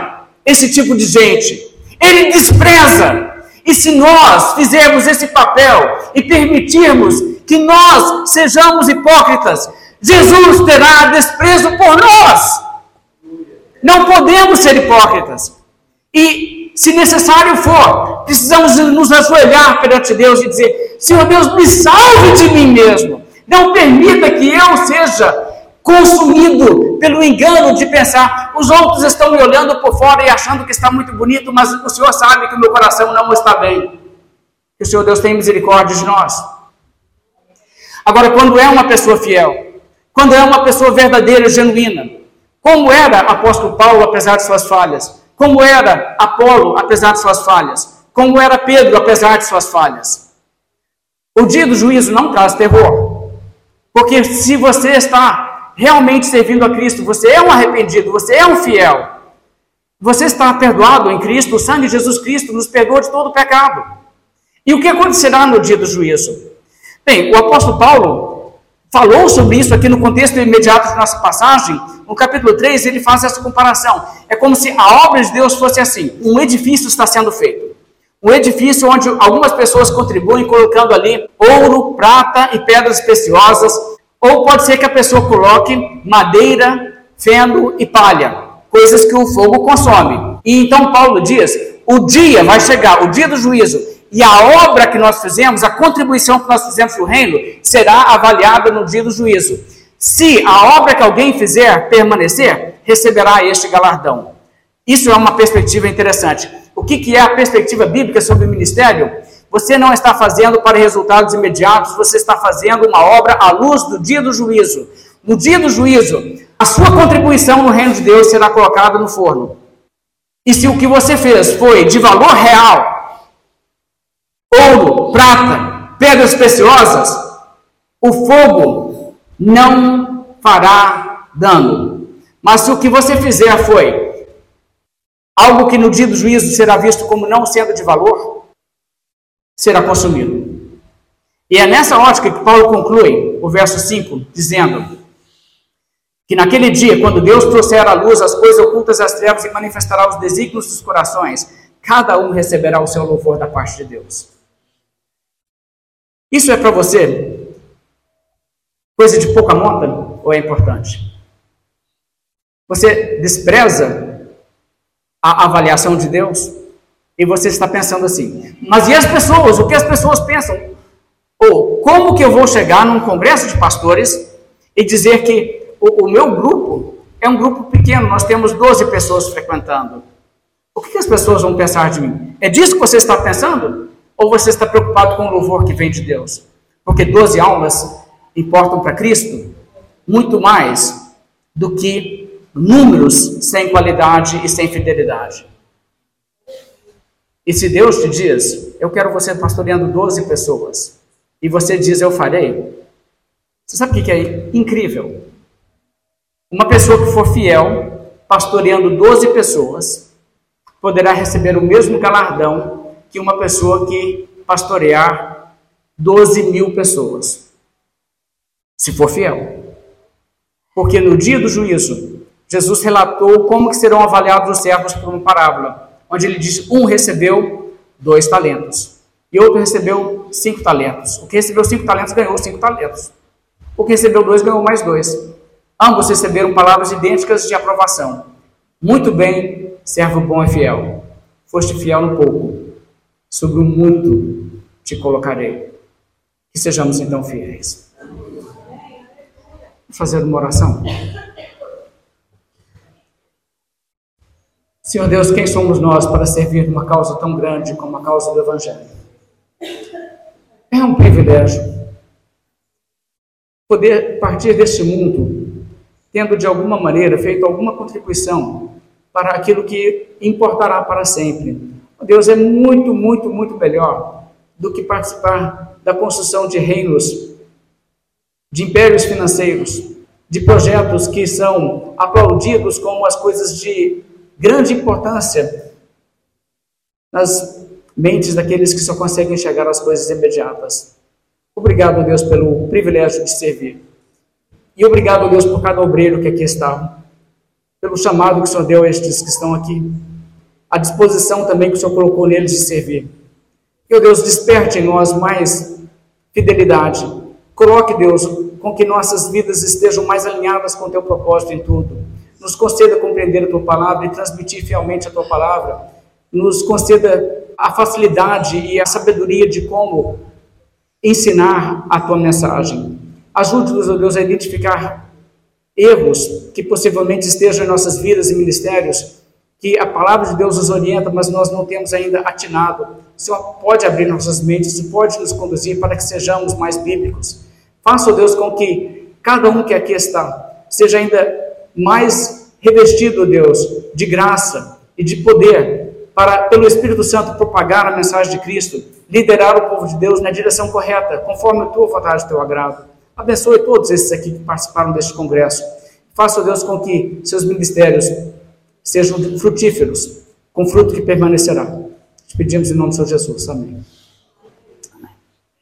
esse tipo de gente. Ele despreza. E se nós fizermos esse papel e permitirmos que nós sejamos hipócritas, Jesus terá desprezo por nós. Não podemos ser hipócritas. E, se necessário for, precisamos nos ajoelhar perante Deus e dizer: Senhor Deus, me salve de mim mesmo. Não permita que eu seja consumido pelo engano de pensar, os outros estão me olhando por fora e achando que está muito bonito, mas o Senhor sabe que o meu coração não está bem. Que o Senhor Deus tenha misericórdia de nós. Agora, quando é uma pessoa fiel, quando é uma pessoa verdadeira e genuína, como era apóstolo Paulo, apesar de suas falhas, como era Apolo, apesar de suas falhas, como era Pedro, apesar de suas falhas, o dia do juízo não traz terror, porque se você está realmente servindo a Cristo, você é um arrependido, você é um fiel, você está perdoado em Cristo, o sangue de Jesus Cristo nos perdoa de todo pecado. E o que acontecerá no dia do juízo? Bem, o apóstolo Paulo falou sobre isso aqui no contexto imediato de nossa passagem. No capítulo três, ele faz essa comparação. É como se a obra de Deus fosse assim: um edifício está sendo feito. Um edifício onde algumas pessoas contribuem colocando ali ouro, prata e pedras preciosas. Ou pode ser que a pessoa coloque madeira, feno e palha, coisas que o fogo consome. E então Paulo diz: o dia vai chegar, o dia do juízo, e a obra que nós fizemos, a contribuição que nós fizemos no reino, será avaliada no dia do juízo. Se a obra que alguém fizer permanecer, receberá este galardão. Isso é uma perspectiva interessante. O que, que é a perspectiva bíblica sobre o ministério? Você não está fazendo para resultados imediatos, você está fazendo uma obra à luz do dia do juízo. No dia do juízo, a sua contribuição no reino de Deus será colocada no forno. E se o que você fez foi de valor real, ouro, prata, pedras preciosas, o fogo não fará dano. Mas se o que você fizer foi algo que no dia do juízo será visto como não sendo de valor, será consumido. E é nessa ótica que Paulo conclui o verso cinco, dizendo que naquele dia, quando Deus trouxer à luz as coisas ocultas das trevas e manifestará os desígnios dos corações, cada um receberá o seu louvor da parte de Deus. Isso é para você coisa de pouca monta ou é importante? Você despreza a avaliação de Deus? E você está pensando assim: mas e as pessoas? O que as pessoas pensam? Ou como que eu vou chegar num congresso de pastores e dizer que o, o meu grupo é um grupo pequeno, nós temos doze pessoas frequentando? O que, que as pessoas vão pensar de mim? É disso que você está pensando? Ou você está preocupado com o louvor que vem de Deus? Porque doze almas importam para Cristo muito mais do que números sem qualidade e sem fidelidade. E se Deus te diz: eu quero você pastoreando doze pessoas, e você diz: eu farei, você sabe o que é incrível? Uma pessoa que for fiel, pastoreando doze pessoas, poderá receber o mesmo galardão que uma pessoa que pastorear doze mil pessoas, se for fiel. Porque no dia do juízo, Jesus relatou como que serão avaliados os servos por uma parábola, onde ele diz: um recebeu dois talentos, e outro recebeu cinco talentos. O que recebeu cinco talentos ganhou cinco talentos. O que recebeu dois ganhou mais dois. Ambos receberam palavras idênticas de aprovação. Muito bem, servo bom e fiel. Foste fiel no pouco, sobre o muito te colocarei. Que sejamos então fiéis. Vamos fazer uma oração. Senhor Deus, quem somos nós para servir uma causa tão grande como a causa do Evangelho? É um privilégio poder partir deste mundo tendo de alguma maneira feito alguma contribuição para aquilo que importará para sempre. Deus, é muito, muito, muito melhor do que participar da construção de reinos, de impérios financeiros, de projetos que são aplaudidos como as coisas de grande importância nas mentes daqueles que só conseguem enxergar as coisas imediatas. Obrigado, Deus, pelo privilégio de servir. E obrigado, Deus, por cada obreiro que aqui está, pelo chamado que o Senhor deu a estes que estão aqui. a disposição também que o Senhor colocou neles de servir. Que, ó Deus, desperte em nós mais fidelidade. Coloque, Deus, com que nossas vidas estejam mais alinhadas com o Teu propósito em tudo. Nos conceda compreender a Tua palavra e transmitir fielmente a Tua palavra. Nos conceda a facilidade e a sabedoria de como ensinar a Tua mensagem. Ajude-nos, ó Deus, a identificar erros que possivelmente estejam em nossas vidas e ministérios, que a palavra de Deus nos orienta, mas nós não temos ainda atinado. O Senhor pode abrir nossas mentes e pode nos conduzir para que sejamos mais bíblicos. Faça, ó Deus, com que cada um que aqui está seja ainda mais revestido, ó Deus, de graça e de poder para, pelo Espírito Santo, propagar a mensagem de Cristo, liderar o povo de Deus na direção correta, conforme a Tua vontade e o Teu agrado. Abençoe todos esses aqui que participaram deste congresso. Faça, ó Deus, com que seus ministérios sejam frutíferos, com fruto que permanecerá. Te pedimos em nome do Senhor Jesus. Amém.